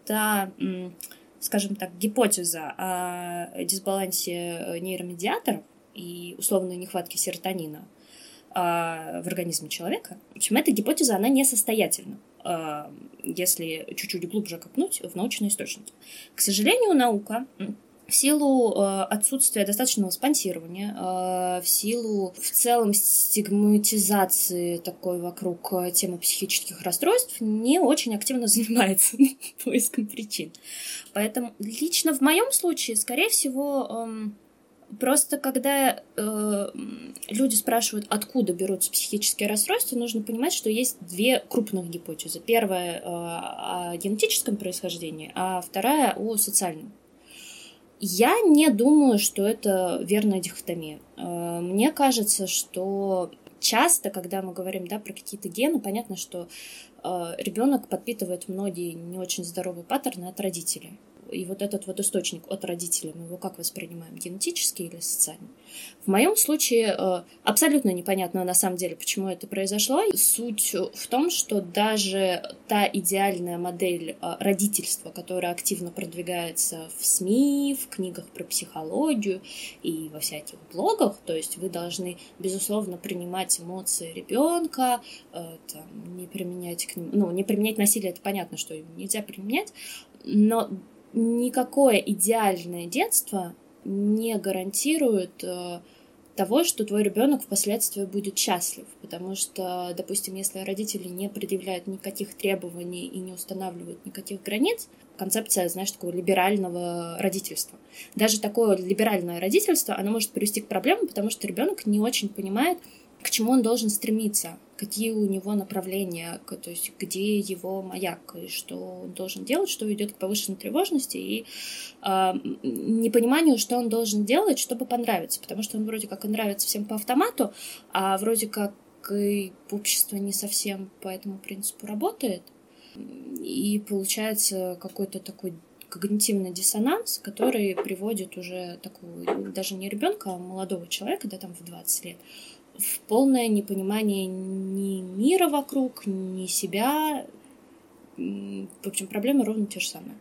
скажем так, гипотеза о дисбалансе нейромедиаторов и условной нехватке серотонина в организме человека, в общем, эта гипотеза, она несостоятельна, если чуть-чуть глубже копнуть в научные источники. К сожалению, наука в силу отсутствия достаточного спонсирования, в силу в целом стигматизации такой вокруг темы психических расстройств не очень активно занимается поиском причин. Поэтому лично в моем случае, скорее всего, просто когда люди спрашивают, откуда берутся психические расстройства, нужно понимать, что есть две крупных гипотезы. Первая о генетическом происхождении, а вторая о социальном. Я не думаю, что это верная дихотомия. Мне кажется, что часто, когда мы говорим, да, про какие-то гены, понятно, что ребенок подпитывает многие не очень здоровые паттерны от родителей. И вот этот вот источник от родителей, мы его как воспринимаем, генетический или социальный? В моем случае абсолютно непонятно на самом деле, почему это произошло. Суть в том, что даже та идеальная модель родительства, которая активно продвигается в СМИ, в книгах про психологию и во всяких блогах, то есть вы должны, безусловно, принимать эмоции ребенка, не применять к ним, не применять насилие, это понятно, что нельзя применять, но никакое идеальное детство не гарантирует того, что твой ребенок впоследствии будет счастлив. Потому что, допустим, если родители не предъявляют никаких требований и не устанавливают никаких границ, концепция, знаешь, такого либерального родительства. Даже такое либеральное родительство, оно может привести к проблемам, потому что ребенок не очень понимает, к чему он должен стремиться, какие у него направления, то есть где его маяк, и что он должен делать, что ведет к повышенной тревожности и непониманию, что он должен делать, чтобы понравиться, потому что он вроде как и нравится всем по автомату, а вроде как и общество не совсем по этому принципу работает, и получается какой-то такой когнитивный диссонанс, который приводит уже такого, даже не ребенка, а молодого человека, да, там в 20 лет, в полное непонимание ни мира вокруг, ни себя. В общем, проблемы ровно те же самые.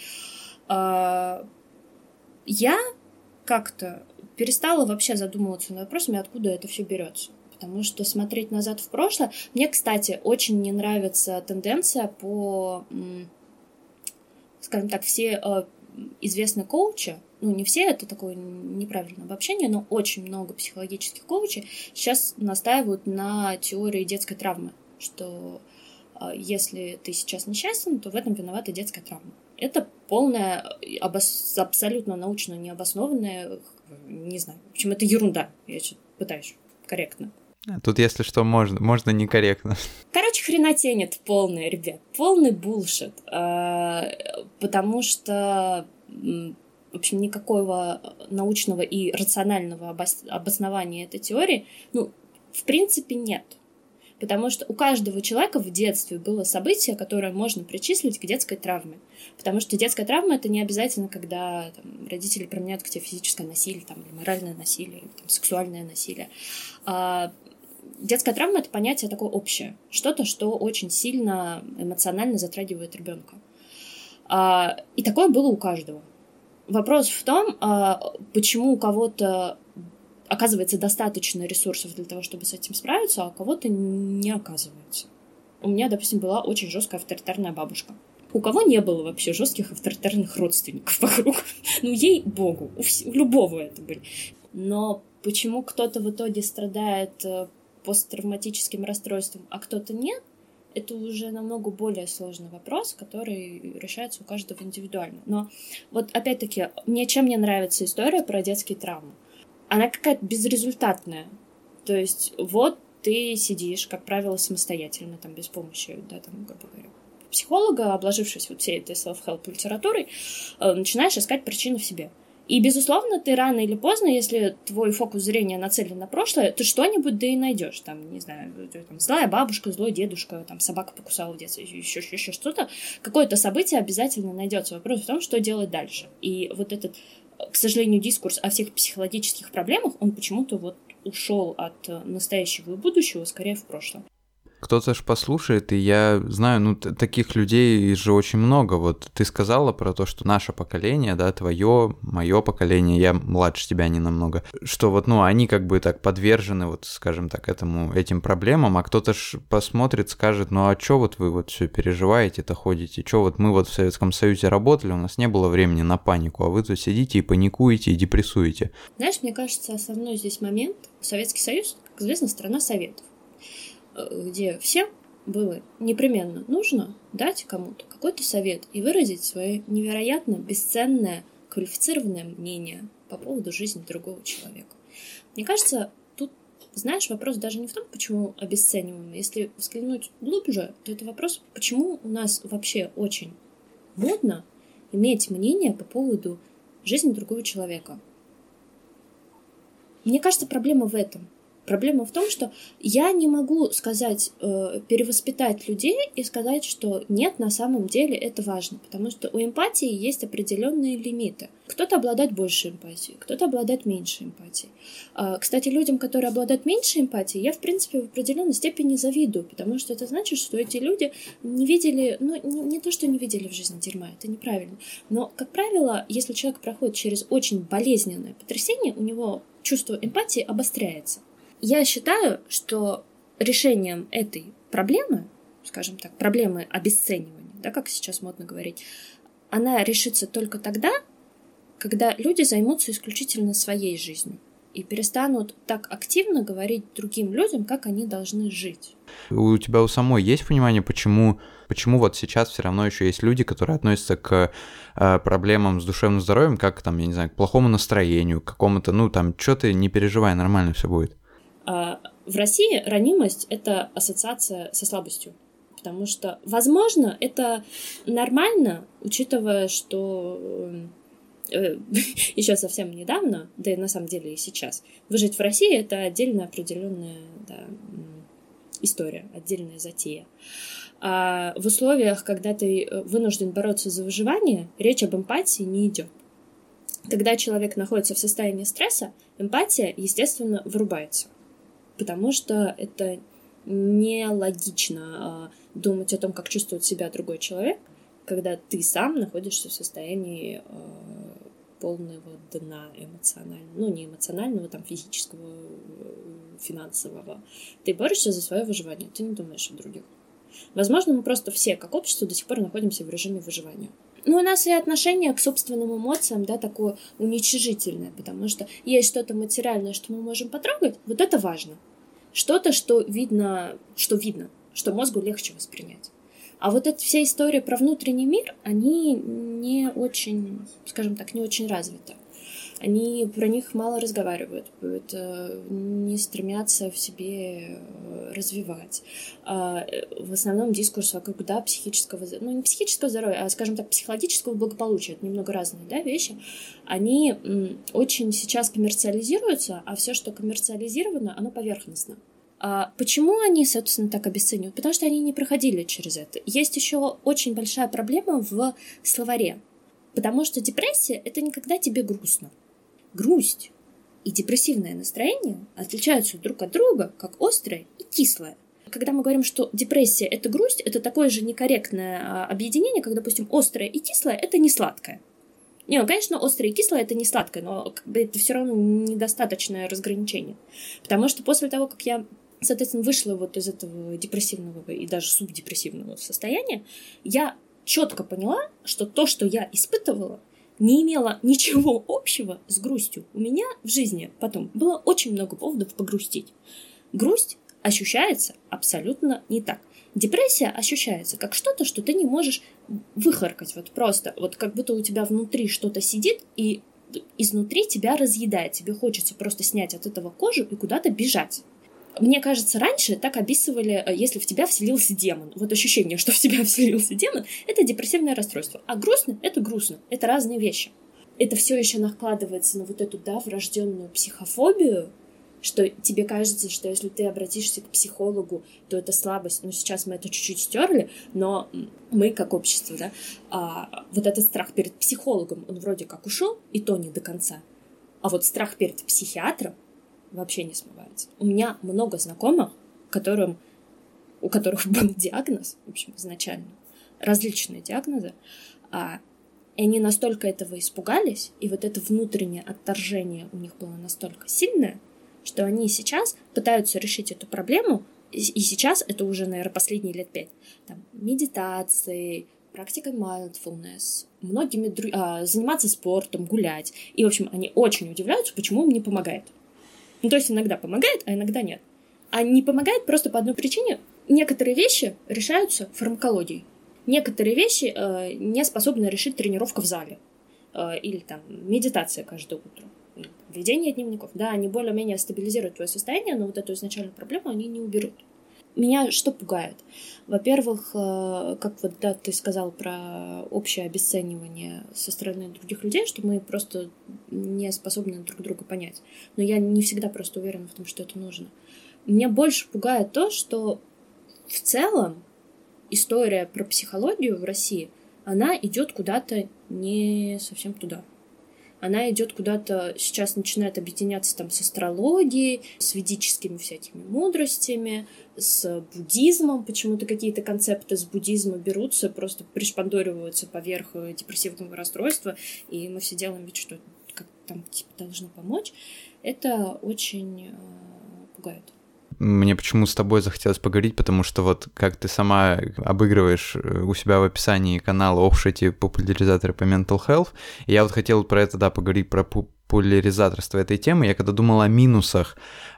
Я как-то перестала вообще задумываться над вопросами, откуда это все берется. Потому что смотреть назад в прошлое... Мне, кстати, очень не нравится тенденция по, скажем так, все известные коучи, не все, это такое неправильное обобщение, но очень много психологических коучей сейчас настаивают на теории детской травмы, что если ты сейчас несчастен, то в этом виновата детская травма. Это полная, абсолютно научно необоснованная, не знаю, в общем, это ерунда, я что-то пытаюсь корректно. Тут, если что, можно некорректно. Короче, хренотенет полный, ребят, полный булшит, потому что... В общем, никакого научного и рационального обоснования этой теории, в принципе, нет. Потому что у каждого человека в детстве было событие, которое можно причислить к детской травме. Потому что детская травма — это не обязательно, когда родители применяют к тебе физическое насилие, или моральное насилие, или сексуальное насилие. Детская травма — это понятие такое общее. Что-то, что очень сильно эмоционально затрагивает ребенка. И такое было у каждого. Вопрос в том, почему у кого-то оказывается достаточно ресурсов для того, чтобы с этим справиться, а у кого-то не оказывается. У меня, допустим, была очень жесткая авторитарная бабушка. У кого не было вообще жестких авторитарных родственников вокруг? Ей-богу, у любого это были. Но почему кто-то в итоге страдает посттравматическим расстройством, а кто-то нет, это уже намного более сложный вопрос, который решается у каждого индивидуально. Но вот опять-таки, мне чем не нравится история про детские травмы? Она какая-то безрезультатная. То есть вот ты сидишь, как правило, самостоятельно, без помощи, грубо говоря, психолога, обложившись всей этой self-help литературой, начинаешь искать причины в себе. И, безусловно, ты рано или поздно, если твой фокус зрения нацелен на прошлое, ты что-нибудь да и найдешь. Там, не знаю, там, злая бабушка, злой дедушка, там, собака покусала в детстве, еще что-то. Какое-то событие обязательно найдется. Вопрос в том, что делать дальше. И вот этот, к сожалению, дискурс о всех психологических проблемах, он почему-то вот ушел от настоящего и будущего скорее в прошлое. Кто-то ж послушает, и я знаю, ну, таких людей же очень много. Вот ты сказала про то, что наше поколение, да, твое, мое поколение, я младше тебя не намного, что вот, ну, они как бы так подвержены, вот, скажем так, этим проблемам, а кто-то ж посмотрит, скажет, ну, а чё вот вы вот все переживаете-то, ходите, чё вот мы вот в Советском Союзе работали, у нас не было времени на панику, а вы тут сидите и паникуете, и депрессуете. Знаешь, мне кажется, основной здесь момент, Советский Союз, как известно, страна советов, где всем было непременно нужно дать кому-то какой-то совет и выразить свое невероятно бесценное, квалифицированное мнение по поводу жизни другого человека. Мне кажется, тут, знаешь, вопрос даже не в том, почему обесцениваем. Если взглянуть глубже, то это вопрос, почему у нас вообще очень модно иметь мнение по поводу жизни другого человека. Мне кажется, проблема в этом. Проблема в том, что я не могу сказать, перевоспитать людей и сказать, что нет, на самом деле это важно, потому что у эмпатии есть определенные лимиты. Кто-то обладает больше эмпатией, кто-то обладает меньше эмпатией. Кстати, людям, которые обладают меньше эмпатией, я, в принципе, в определенной степени завидую, потому что это значит, что эти люди не видели, ну, не то, что не видели в жизни дерьма, это неправильно, но, как правило, если человек проходит через очень болезненное потрясение, у него чувство эмпатии обостряется. Я считаю, что решением этой проблемы, скажем так, проблемы обесценивания, да, как сейчас модно говорить, она решится только тогда, когда люди займутся исключительно своей жизнью и перестанут так активно говорить другим людям, как они должны жить. У тебя у самой есть понимание, почему вот сейчас все равно еще есть люди, которые относятся к проблемам с душевным здоровьем, как там, я не знаю, к плохому настроению, к какому-то, ну там, что ты не переживай, нормально все будет. В России ранимость — это ассоциация со слабостью, потому что, возможно, это нормально, учитывая, что еще совсем недавно, да и на самом деле и сейчас, выжить в России — это отдельная определенная история, отдельная затея. А в условиях, когда ты вынужден бороться за выживание, речь об эмпатии не идет. Когда человек находится в состоянии стресса, эмпатия, естественно, вырубается. Потому что это нелогично думать о том, как чувствует себя другой человек, когда ты сам находишься в состоянии полного дна эмоционального, ну не эмоционального, там физического, финансового. Ты борешься за свое выживание, ты не думаешь о других. Возможно, мы просто все, как общество, до сих пор находимся в режиме выживания. Ну, у нас и отношение к собственным эмоциям, да, такое уничижительное, потому что есть что-то материальное, что мы можем потрогать, вот это важно. Что-то, что видно, что мозгу легче воспринять. А вот эта вся история про внутренний мир, они не очень, скажем так, не очень развиты. Они про них мало разговаривают, не стремятся в себе развивать. В основном дискурс вокруг, да, психического, ну не психического здоровья, а, скажем так, психологического благополучия, это немного разные, да, вещи, они очень сейчас коммерциализируются, а все, что коммерциализировано, оно поверхностно. Почему они, собственно, так обесценивают? Потому что они не проходили через это. Есть еще очень большая проблема в словаре, потому что депрессия — это не когда тебе грустно. Грусть и депрессивное настроение отличаются друг от друга как острое и кислое. Когда мы говорим, что депрессия — это грусть, это такое же некорректное объединение, как, допустим, острое и кислое — это не сладкое. Не, ну, конечно, острое и кислое — это не сладкое, но как бы это все равно недостаточное разграничение. Потому что после того, как я, соответственно, вышла вот из этого депрессивного и даже субдепрессивного состояния, я четко поняла, что то, что я испытывала, не имело ничего общего с грустью. У меня в жизни потом было очень много поводов погрустить. Грусть ощущается абсолютно не так. Депрессия ощущается как что-то, что ты не можешь выхаркать вот просто. Вот как будто у тебя внутри что-то сидит и изнутри тебя разъедает. Тебе хочется просто снять от этого кожу и куда-то бежать. Мне кажется, раньше так описывали, если в тебя вселился демон. Вот ощущение, что в тебя вселился демон, это депрессивное расстройство. А грустно — это грустно. Это разные вещи. это все еще накладывается на вот эту, да, врожденную психофобию, что тебе кажется, что если ты обратишься к психологу, то это слабость. Ну, сейчас мы это чуть-чуть стерли, но мы, как общество, да, вот этот страх перед психологом, он вроде как ушел, и то не до конца. А вот страх перед психиатром вообще не смывается. У меня много знакомых, у которых был диагноз, в общем, изначально, различные диагнозы, и они настолько этого испугались, и вот это внутреннее отторжение у них было настолько сильное, что они сейчас пытаются решить эту проблему, и сейчас это уже, наверное, последние лет 5. Там, медитацией, практикой mindfulness, заниматься спортом, гулять. И, в общем, они очень удивляются, почему им не помогает. Ну, то есть иногда помогает, а иногда нет. А не помогает просто по одной причине. Некоторые вещи решаются фармакологией. Некоторые вещи не способна решить тренировка в зале. Или там медитация каждое утро. Ведение дневников. Да, они более-менее стабилизируют твое состояние, но вот эту изначальную проблему они не уберут. Меня что пугает? Во-первых, как вот да, ты сказал про общее обесценивание со стороны других людей, что мы просто не способны друг друга понять. Но я не всегда просто уверена в том, что это нужно. Меня больше пугает то, что в целом история про психологию в России, она идет куда-то не совсем туда. Она идет куда-то, сейчас начинает объединяться там с астрологией, с ведическими всякими мудростями, с буддизмом. Почему-то какие-то концепты с буддизма берутся, просто пришпандориваются поверх депрессивного расстройства, и мы все делаем вид, что как там типа должно помочь. Это очень пугает. Мне почему с тобой захотелось поговорить, потому что вот как ты сама обыгрываешь у себя в описании канала общие популяризаторы по mental health, и я вот хотел про это, да, поговорить, про популяризаторство этой темы. Я когда думал о минусах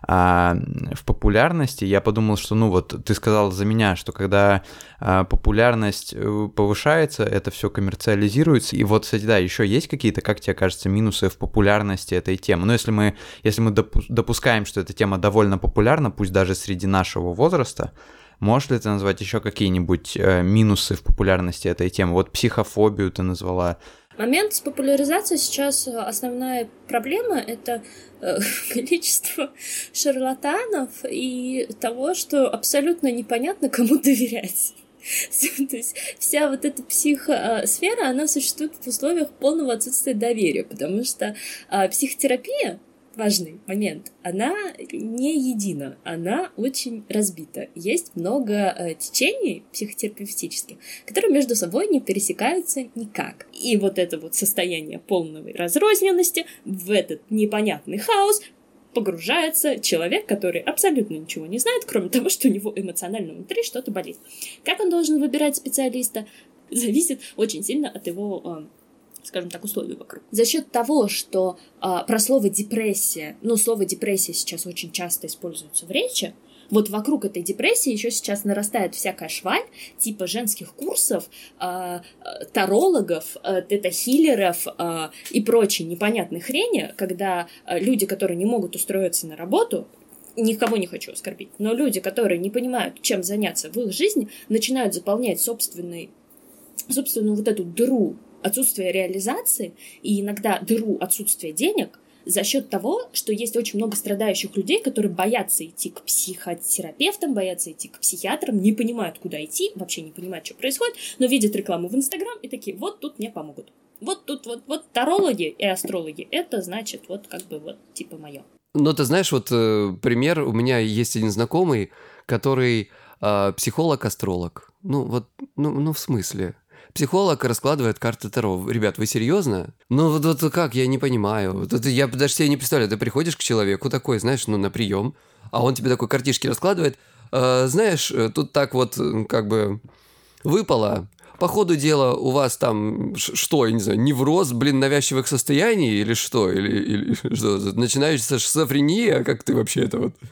в популярности, я подумал, что, ну вот, ты сказал за меня, что когда популярность повышается, это все коммерциализируется, и вот, кстати, да, еще есть какие-то, как тебе кажется, минусы в популярности этой темы? Ну, если мы допускаем, что эта тема довольно популярна, пусть даже среди нашего возраста, можешь ли ты назвать еще какие-нибудь минусы в популярности этой темы? Вот психофобию ты назвала. Момент с популяризацией сейчас основная проблема — это количество шарлатанов и того, что абсолютно непонятно, кому доверять. То есть вся вот эта психосфера, она существует в условиях полного отсутствия доверия, потому что психотерапия, важный момент, она не едина, она очень разбита. Есть много течений психотерапевтических, которые между собой не пересекаются никак. И вот это вот состояние полной разрозненности, в этот непонятный хаос погружается человек, который абсолютно ничего не знает, кроме того, что у него эмоционально внутри что-то болит. Как он должен выбирать специалиста, зависит очень сильно от его, скажем так, условий вокруг. За счет того, что про слово депрессия, слово депрессия сейчас очень часто используется в речи, вот вокруг этой депрессии еще сейчас нарастает всякая шваль, типа женских курсов, тарологов, тета-хиллеров и прочей непонятной хрени, когда люди, которые не могут устроиться на работу, никого не хочу оскорбить, но люди, которые не понимают, чем заняться в их жизни, начинают заполнять собственную вот эту дыру отсутствия реализации и иногда дыру отсутствия денег за счет того, что есть очень много страдающих людей, которые боятся идти к психотерапевтам, боятся идти к психиатрам, не понимают, куда идти, вообще не понимают, что происходит, но видят рекламу в Инстаграм и такие: вот тут мне помогут. Вот тут вот тарологи и астрологи, это значит вот как бы вот типа мое. Ну, ты знаешь, вот пример, у меня есть один знакомый, который психолог-астролог. В смысле? Психолог раскладывает карты Таро. Ребят, вы серьезно? Вот как, я не понимаю. Я даже себе не представляю. Ты приходишь к человеку такой, знаешь, на прием, а он тебе такой картишки раскладывает. Знаешь, тут так вот как бы выпало. По ходу дела у вас там, что, я не знаю, невроз, навязчивых состояний или что? Или что? Начинающаяся шизофрения? Как ты вообще это вот...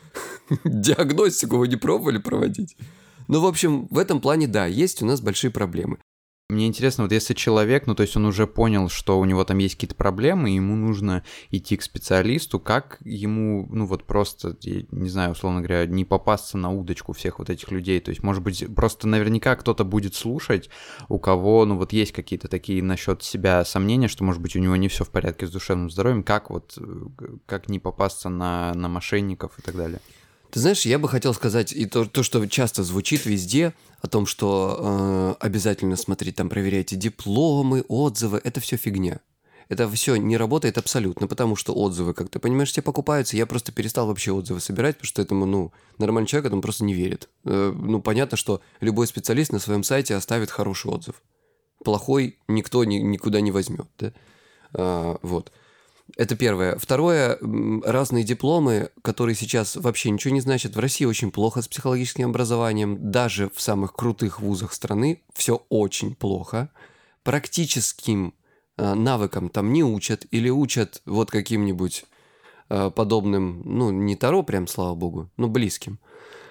Диагностику вы не пробовали проводить? В общем, в этом плане, да, есть у нас большие проблемы. Мне интересно, вот если человек, ну, то есть он уже понял, что у него там есть какие-то проблемы, и ему нужно идти к специалисту, как ему, ну, вот просто, я не знаю, условно говоря, не попасться на удочку всех вот этих людей, то есть, может быть, просто наверняка кто-то будет слушать, у кого, ну, вот есть какие-то такие насчет себя сомнения, что, может быть, у него не все в порядке с душевным здоровьем, как не попасться на мошенников и так далее. Ты знаешь, я бы хотел сказать и то, что часто звучит везде, о том, что обязательно смотреть, там, проверяйте дипломы, отзывы, это все фигня. Это все не работает абсолютно, потому что отзывы, как ты понимаешь, все покупаются. Я просто перестал вообще отзывы собирать, потому что этому, ну, нормальный человек этому просто не верит. Ну, понятно, что любой специалист на своем сайте оставит хороший отзыв. Плохой никто никуда не возьмет, да? Вот. Это первое. Второе, разные дипломы, которые сейчас вообще ничего не значат. В России очень плохо с психологическим образованием. Даже в самых крутых вузах страны все очень плохо. Практическим навыкам там не учат или учат вот каким-нибудь подобным, ну, не Таро прям, слава богу, но близким.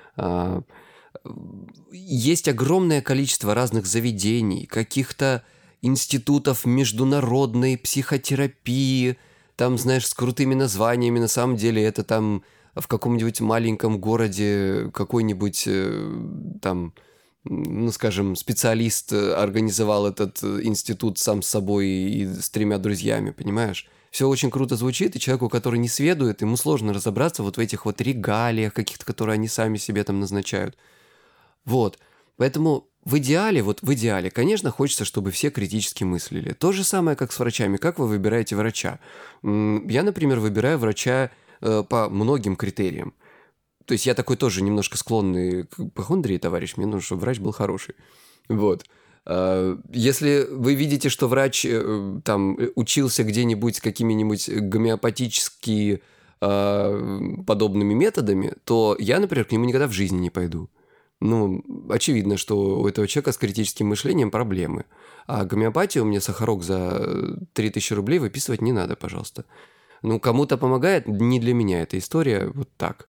Есть огромное количество разных заведений, каких-то институтов международной психотерапии, там, знаешь, с крутыми названиями, на самом деле это там в каком-нибудь маленьком городе какой-нибудь там, ну, скажем, специалист организовал этот институт сам с собой и с 3 друзьями, понимаешь? Все очень круто звучит, и человеку, который не сведует, ему сложно разобраться вот в этих вот регалиях каких-то, которые они сами себе там назначают. Вот, поэтому в идеале, конечно, хочется, чтобы все критически мыслили. То же самое, как с врачами. Как вы выбираете врача? Я, например, выбираю врача по многим критериям. То есть я такой тоже немножко склонный к ипохондрии, товарищ. Мне нужно, чтобы врач был хороший. Вот. Если вы видите, что врач там учился где-нибудь с какими-нибудь гомеопатически подобными методами, то я, например, к нему никогда в жизни не пойду. Ну, очевидно, что у этого человека с критическим мышлением проблемы. А гомеопатию мне Сахарок за 3000 рублей выписывать не надо, пожалуйста. Ну, кому-то помогает, не для меня эта история, вот так.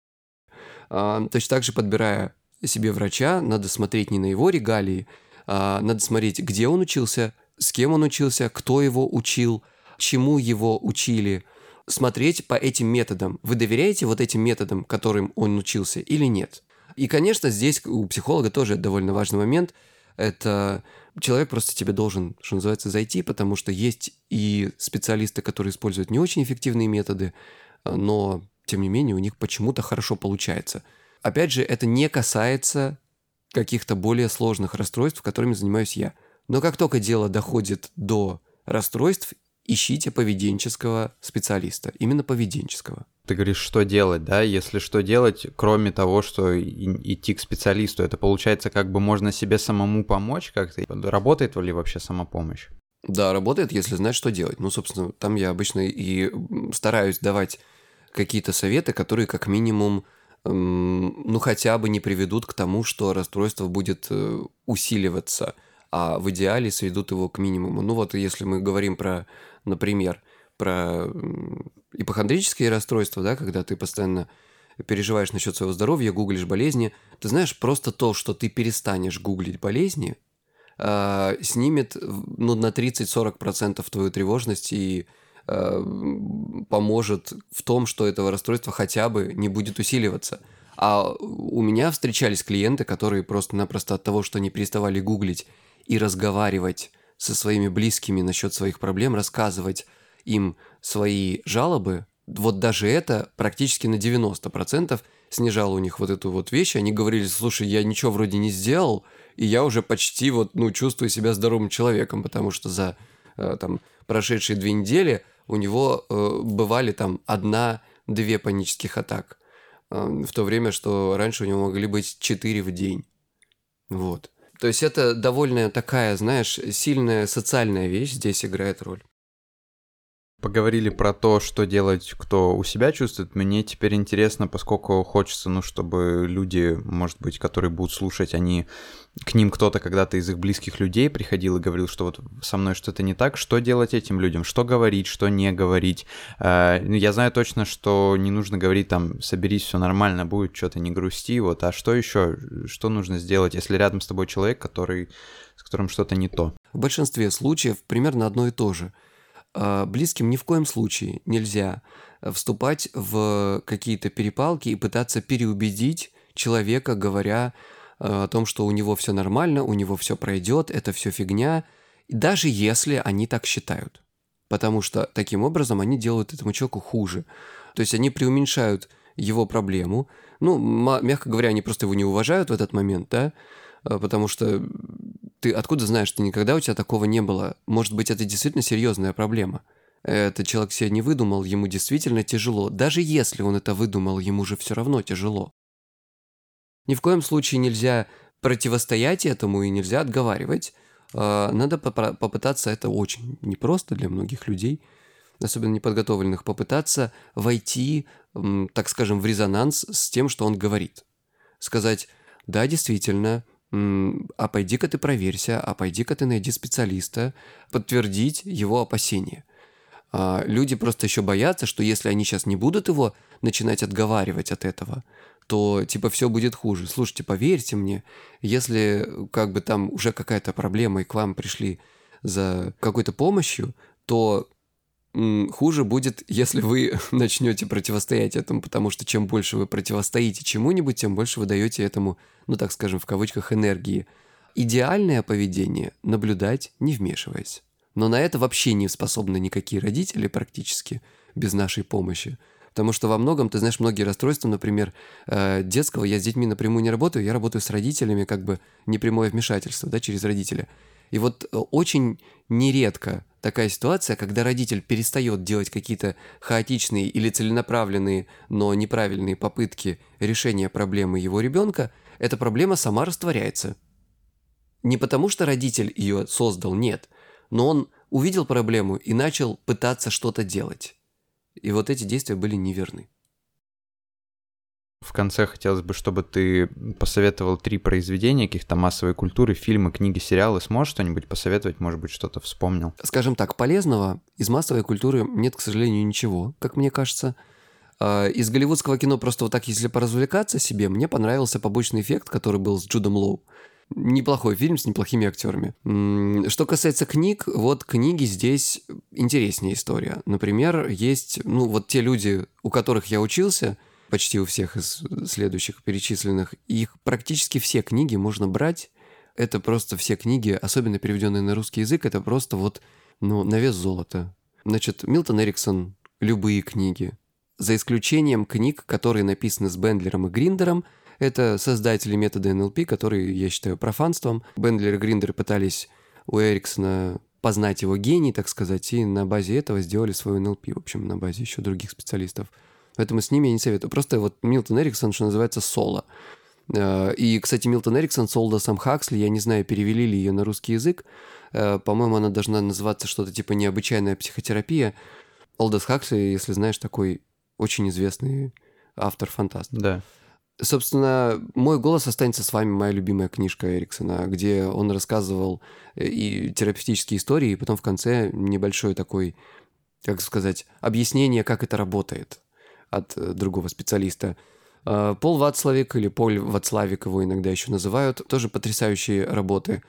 Точно так же, подбирая себе врача, надо смотреть не на его регалии, надо смотреть, где он учился, с кем он учился, кто его учил, чему его учили. Смотреть по этим методам. Вы доверяете вот этим методам, которым он учился, или нет? И, конечно, здесь у психолога тоже довольно важный момент. Это человек просто тебе должен, что называется, зайти, потому что есть и специалисты, которые используют не очень эффективные методы, но, тем не менее, у них почему-то хорошо получается. Опять же, это не касается каких-то более сложных расстройств, которыми занимаюсь я. Но как только дело доходит до расстройств, ищите поведенческого специалиста, именно поведенческого. Ты говоришь, что делать, да? Если что делать, кроме того, что идти к специалисту, это получается, как бы можно себе самому помочь как-то? Работает ли вообще самопомощь? Да, работает, если знать, что делать. Ну, собственно, там я обычно и стараюсь давать какие-то советы, которые как минимум, ну, хотя бы не приведут к тому, что расстройство будет усиливаться, а в идеале сведут его к минимуму. Ну, вот если мы говорим про, например, про ипохондрические расстройства, да, когда ты постоянно переживаешь насчет своего здоровья, гуглишь болезни, ты знаешь, просто то, что ты перестанешь гуглить болезни, снимет, ну, на 30-40% твою тревожность и поможет в том, что этого расстройства хотя бы не будет усиливаться. А у меня встречались клиенты, которые просто-напросто от того, что они переставали гуглить и разговаривать со своими близкими насчет своих проблем, рассказывать им свои жалобы, вот даже это практически на 90% снижало у них вот эту вот вещь. Они говорили: слушай, я ничего вроде не сделал, и я уже почти вот, ну, чувствую себя здоровым человеком, потому что за там прошедшие 2 недели у него бывали там 1-2 панических атак, в то время, что раньше у него могли быть 4 в день. Вот. То есть это довольно такая, знаешь, сильная социальная вещь здесь играет роль. Поговорили про то, что делать, кто у себя чувствует. Мне теперь интересно, поскольку хочется, ну, чтобы люди, может быть, которые будут слушать, к ним кто-то когда-то из их близких людей приходил и говорил, что вот со мной что-то не так. Что делать этим людям? Что говорить, что не говорить? Я знаю точно, что не нужно говорить там: соберись, все нормально будет, что-то не грусти. Вот. А что еще? Что нужно сделать, если рядом с тобой человек, с которым что-то не то? в большинстве случаев примерно одно и то же. Близким ни в коем случае нельзя вступать в какие-то перепалки и пытаться переубедить человека, говоря о том, что у него все нормально, у него все пройдет, это все фигня, даже если они так считают. Потому что таким образом они делают этому человеку хуже. То есть они преуменьшают его проблему. Ну, мягко говоря, они просто его не уважают в этот момент, да, потому что ты откуда знаешь, что никогда у тебя такого не было? Может быть, это действительно серьезная проблема. Этот человек себе не выдумал, ему действительно тяжело. Даже если он это выдумал, ему же все равно тяжело. Ни в коем случае нельзя противостоять этому и нельзя отговаривать. Надо попытаться, это очень непросто для многих людей, особенно неподготовленных, попытаться войти, так скажем, в резонанс с тем, что он говорит. Сказать, да, действительно, а пойди-ка ты проверься, а пойди-ка ты найди специалиста, подтвердить его опасения. Люди просто еще боятся, что если они сейчас не будут его начинать отговаривать от этого, то типа все будет хуже. Слушайте, поверьте мне, если как бы там уже какая-то проблема и к вам пришли за какой-то помощью, то хуже будет, если вы начнете противостоять этому, потому что чем больше вы противостоите чему-нибудь, тем больше вы даете этому, ну так скажем, в кавычках, энергии. Идеальное поведение – наблюдать, не вмешиваясь. Но на это вообще не способны никакие родители практически без нашей помощи. Потому что во многом, ты знаешь, многие расстройства, например, детского, я с детьми напрямую не работаю, я работаю с родителями, как бы непрямое вмешательство, да, через родителя. И вот очень нередко такая ситуация, когда родитель перестает делать какие-то хаотичные или целенаправленные, но неправильные попытки решения проблемы его ребенка, эта проблема сама растворяется. Не потому, что родитель ее создал, нет, но он увидел проблему и начал пытаться что-то делать. И вот эти действия были неверны. В конце хотелось бы, чтобы ты посоветовал 3 произведения каких-то массовой культуры, фильмы, книги, сериалы. Сможешь что-нибудь посоветовать? Может быть, что-то вспомнил? Скажем так, полезного из массовой культуры нет, к сожалению, ничего, как мне кажется. Из голливудского кино просто вот так, если поразвлекаться себе, мне понравился побочный эффект, который был с Джудом Лоу. Неплохой фильм с неплохими актерами. Что касается книг, вот книги здесь интереснее история. Например, есть, ну вот те люди, у которых я учился, почти у всех из следующих перечисленных, их практически все книги можно брать. Это просто все книги, особенно переведенные на русский язык, это просто вот, ну, на вес золота. Значит, Милтон Эриксон, любые книги. За исключением книг, которые написаны с Бендлером и Гриндером, это создатели метода НЛП, которые я считаю профанством. Бендлер и Гриндер пытались у Эриксона познать его гений, так сказать, и на базе этого сделали свой НЛП, в общем, на базе еще других специалистов. Поэтому с ними я не советую. Просто вот Милтон Эриксон, что называется, соло. И, кстати, Милтон Эриксон с Олдосом Хаксли, я не знаю, перевели ли ее на русский язык. По-моему, она должна называться что-то типа «Необычайная психотерапия». Олдос Хаксли, если знаешь, такой очень известный автор-фантаст. Да. Собственно, «Мой голос останется с вами», моя любимая книжка Эриксона, где он рассказывал и терапевтические истории, и потом в конце небольшой такой, как сказать, объяснение, как это работает от другого специалиста. Пол Вацлавик, или Поль Вацлавик его иногда еще называют, тоже потрясающие работы.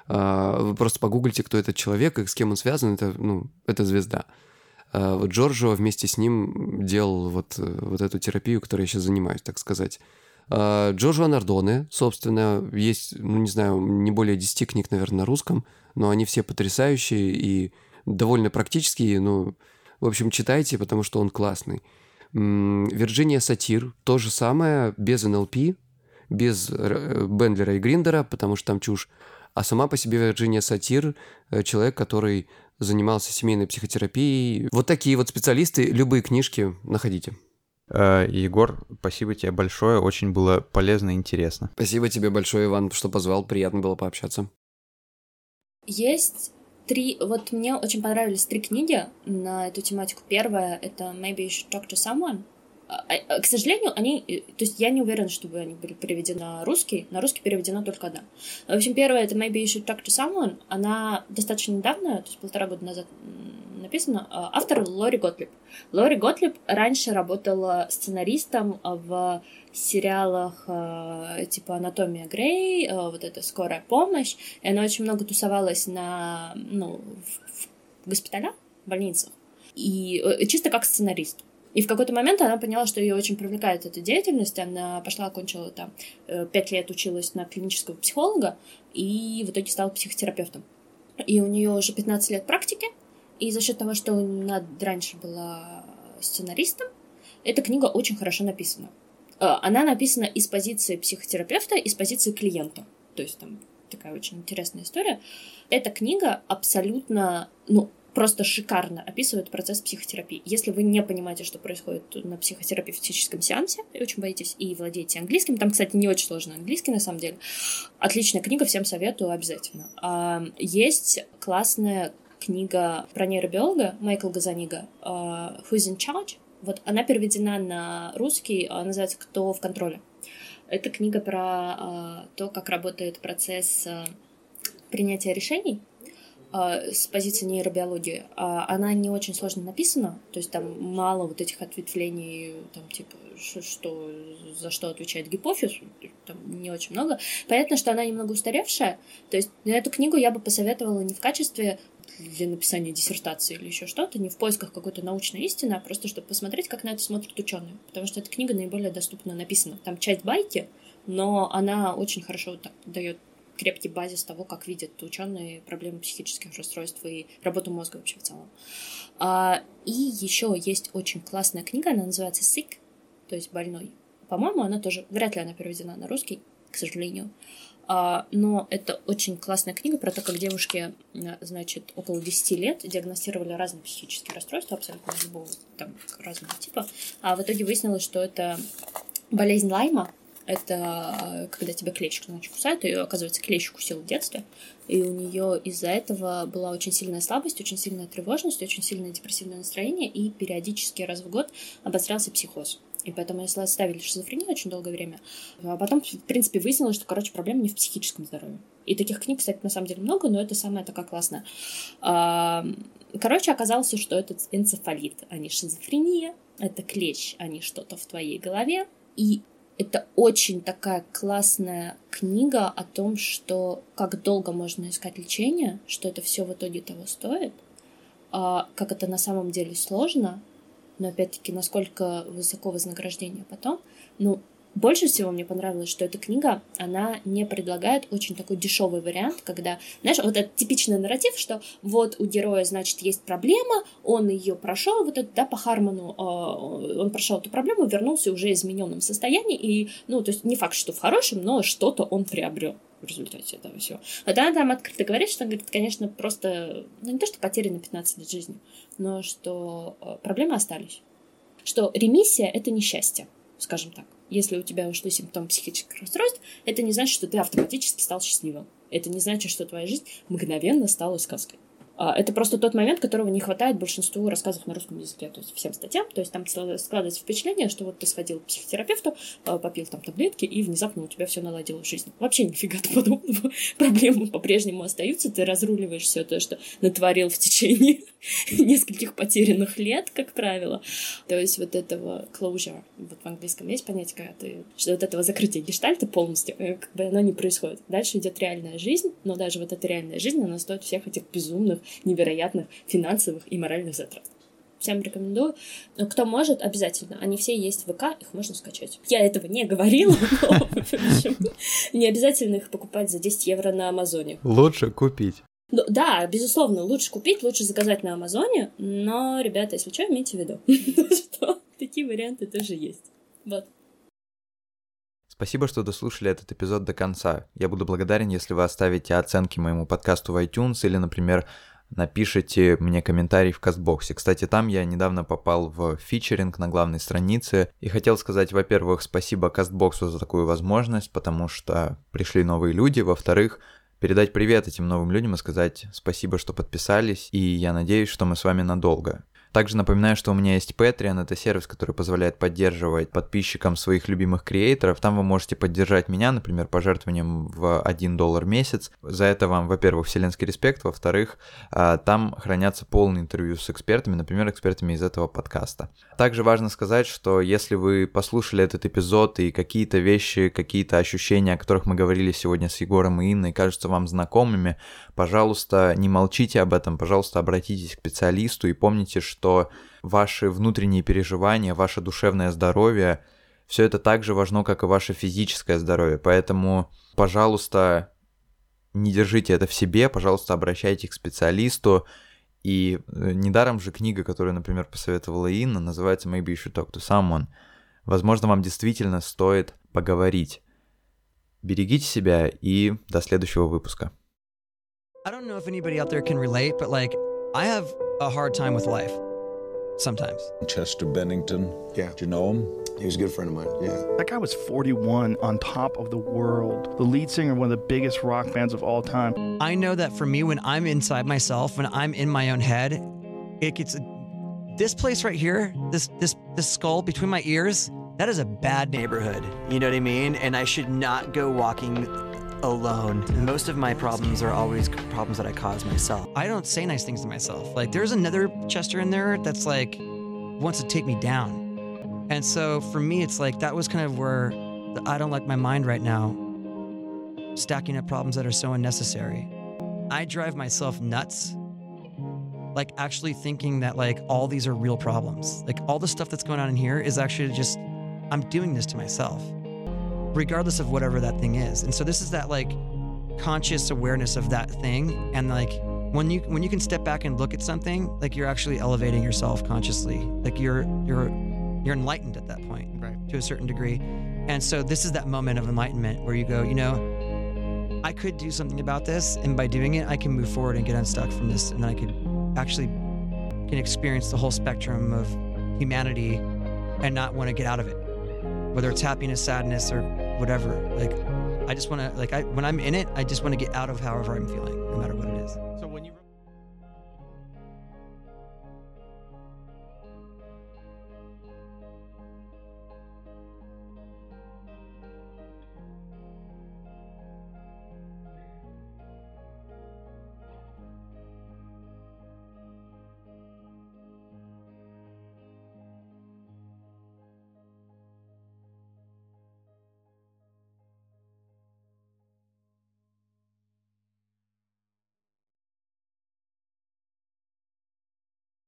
Вы просто погуглите, кто этот человек и с кем он связан, это звезда. Вот Джорджо вместе с ним делал вот эту терапию, которой я сейчас занимаюсь, так сказать. Джорджо Нардоне, собственно, есть, не знаю, не более 10 книг, наверное, на русском, но они все потрясающие и довольно практические, в общем, читайте, потому что он классный. Вирджиния Сатир, то же самое, без НЛП, без Бендлера и Гриндера, потому что там чушь. А сама по себе Вирджиния Сатир – человек, который занимался семейной психотерапией. Вот такие вот специалисты, любые книжки находите. Егор, спасибо тебе большое, очень было полезно и интересно. Спасибо тебе большое, Иван, что позвал, приятно было пообщаться. Есть 3, вот мне очень понравились 3 книги на эту тематику. Первая — это Maybe You Should Talk to Someone. К сожалению, то есть я не уверена, чтобы они были переведены на русский переведена только одна. В общем, первая — это Maybe You Should Talk to Someone, она достаточно недавно, то есть 1,5 года назад написано. Автор Лори Готлиб. Лори Готлиб раньше работала сценаристом в сериалах типа «Анатомия Грей», вот эта «Скорая помощь», и она очень много тусовалась в госпиталях, в больницах, и чисто как сценарист. И в какой-то момент она поняла, что ее очень привлекает эта деятельность. Она пошла, окончила там 5 лет училась на клинического психолога и в итоге стала психотерапевтом. И у нее уже 15 лет практики. И за счет того, что она раньше была сценаристом, эта книга очень хорошо написана. Она написана из позиции психотерапевта, из позиции клиента. То есть там такая очень интересная история. Эта книга абсолютно, просто шикарно описывает процесс психотерапии. Если вы не понимаете, что происходит на психотерапевтическом сеансе, и очень боитесь, и владеете английским, там, кстати, не очень сложно английский, на самом деле, отличная книга, всем советую обязательно. Есть классная книга про нейробиолога Майкла Газанига «Who's in Charge?». Вот она переведена на русский, называется «Кто в контроле?». Это книга про то, как работает процесс принятия решений с позиции нейробиологии. Она не очень сложно написана, то есть там мало вот этих ответвлений, там типа, за что отвечает гипофиз, там не очень много. Понятно, что она немного устаревшая, то есть на эту книгу я бы посоветовала не в качестве для написания диссертации или еще что-то, не в поисках какой-то научной истины, а просто чтобы посмотреть, как на это смотрят ученые, потому что эта книга наиболее доступно написана. Там часть байки, но она очень хорошо так дает крепкий базис того, как видят ученые проблемы психических расстройств и работу мозга вообще в целом. И еще есть очень классная книга, она называется «Sick», то есть «Больной». По-моему, она тоже, вряд ли она переведена на русский, к сожалению. Но это очень классная книга про то, как девушки, значит, около 10 лет диагностировали разные психические расстройства, абсолютно любого, там, разного типа. А в итоге выяснилось, что это болезнь Лайма. Это когда тебя клещ кусает, ее, оказывается, клещ укусил в детстве, и у нее из-за этого была очень сильная слабость, очень сильная тревожность, очень сильное депрессивное настроение, и периодически раз в год обострялся психоз. И поэтому если оставили шизофрению очень долгое время, а потом, в принципе, выяснилось, что, проблема не в психическом здоровье. И таких книг, кстати, на самом деле много, но это самая такая классная. Оказалось, что это энцефалит, а не шизофрения, это клещ, а не что-то в твоей голове, и это очень такая классная книга о том, что как долго можно искать лечение, что это все в итоге того стоит, как это на самом деле сложно, но опять-таки насколько высоко вознаграждение потом. Больше всего мне понравилось, что эта книга, она не предлагает очень такой дешевый вариант, когда, знаешь, вот этот типичный нарратив, что вот у героя, значит, есть проблема, он ее прошел, вот это, да, по Харману, он прошел эту проблему, вернулся уже в измененном состоянии, и, то есть не факт, что в хорошем, но что-то он приобрел в результате этого всего. Вот она там открыто говорит, что, говорит, конечно, просто, не то, что потеряно 15 лет жизни, но что проблемы остались. Что ремиссия — это несчастье, скажем так. Если у тебя ушли симптомы психических расстройств, это не значит, что ты автоматически стал счастливым. Это не значит, что твоя жизнь мгновенно стала сказкой. Это просто тот момент, которого не хватает большинству рассказов на русском языке, то есть всем статьям. То есть там складывается впечатление, что вот ты сходил к психотерапевту, попил там таблетки, и внезапно у тебя все наладилось в жизни. Вообще нифига подобного. Проблемы по-прежнему остаются, ты разруливаешь все то, что натворил в течение нескольких потерянных лет, как правило. То есть вот этого closure, вот в английском есть понятие, когда что вот этого закрытия гештальта полностью, оно не происходит. Дальше идет реальная жизнь, но даже вот эта реальная жизнь, она стоит всех этих безумных, невероятных финансовых и моральных затрат. Всем рекомендую. Но кто может, обязательно. Они все есть в ВК, их можно скачать. Я этого не говорила, но, в общем, не обязательно их покупать за 10 евро на Амазоне. Лучше купить. Да, безусловно, лучше купить, лучше заказать на Амазоне, но, ребята, если что, имейте в виду, что такие варианты тоже есть. Вот. Спасибо, что дослушали этот эпизод до конца. Я буду благодарен, если вы оставите оценки моему подкасту в iTunes или, например, напишите мне комментарий в Кастбоксе. Кстати, там я недавно попал в фичеринг на главной странице и хотел сказать, во-первых, спасибо Кастбоксу за такую возможность, потому что пришли новые люди, во-вторых, передать привет этим новым людям и сказать спасибо, что подписались, и я надеюсь, что мы с вами надолго. Также напоминаю, что у меня есть Patreon, это сервис, который позволяет поддерживать подписчикам своих любимых креаторов. Там вы можете поддержать меня, например, пожертвованием в $1 в месяц. За это вам, во-первых, вселенский респект, во-вторых, там хранятся полные интервью с экспертами, например, экспертами из этого подкаста. Также важно сказать, что если вы послушали этот эпизод и какие-то вещи, какие-то ощущения, о которых мы говорили сегодня с Егором и Инной, кажутся вам знакомыми, пожалуйста, не молчите об этом, пожалуйста, обратитесь к специалисту и помните, что ваши внутренние переживания, ваше душевное здоровье, все это так же важно, как и ваше физическое здоровье. Поэтому, пожалуйста, не держите это в себе, пожалуйста, обращайтесь к специалисту. И недаром же книга, которую, например, посоветовала Инна, называется «Maybe you should talk to someone». Возможно, вам действительно стоит поговорить. Берегите себя и до следующего выпуска. I don't know if anybody out there can relate, but like, I have a hard time with life. Sometimes. Chester Bennington. Yeah. Do you know him? He was a good friend of mine, yeah. That guy was 41, on top of the world. The lead singer of one of the biggest rock bands of all time. I know that for me, when I'm inside myself, when I'm in my own head, it gets... This place right here, this skull between my ears, that is a bad neighborhood. You know what I mean? And I should not go walking alone. Most of my problems are always problems that I cause myself. I don't say nice things to myself. Like, there's another Chester in there that's like, wants to take me down. And so for me, it's like, that was kind of where I don't like my mind right now, stacking up problems that are so unnecessary. I drive myself nuts, like actually thinking that like all these are real problems. Like all the stuff that's going on in here is actually just, I'm doing this to myself, regardless of whatever that thing is. And so this is that like conscious awareness of that thing. And like when you can step back and look at something, like you're actually elevating yourself consciously. Like you're enlightened at that point, right, to a certain degree. And so this is that moment of enlightenment where you go, you know, I could do something about this, and by doing it, I can move forward and get unstuck from this, and then I could actually can experience the whole spectrum of humanity and not want to get out of it, whether it's happiness, sadness, or whatever. Like, I just want to, like, when I'm in it, I just want to get out of however I'm feeling, no matter what it is.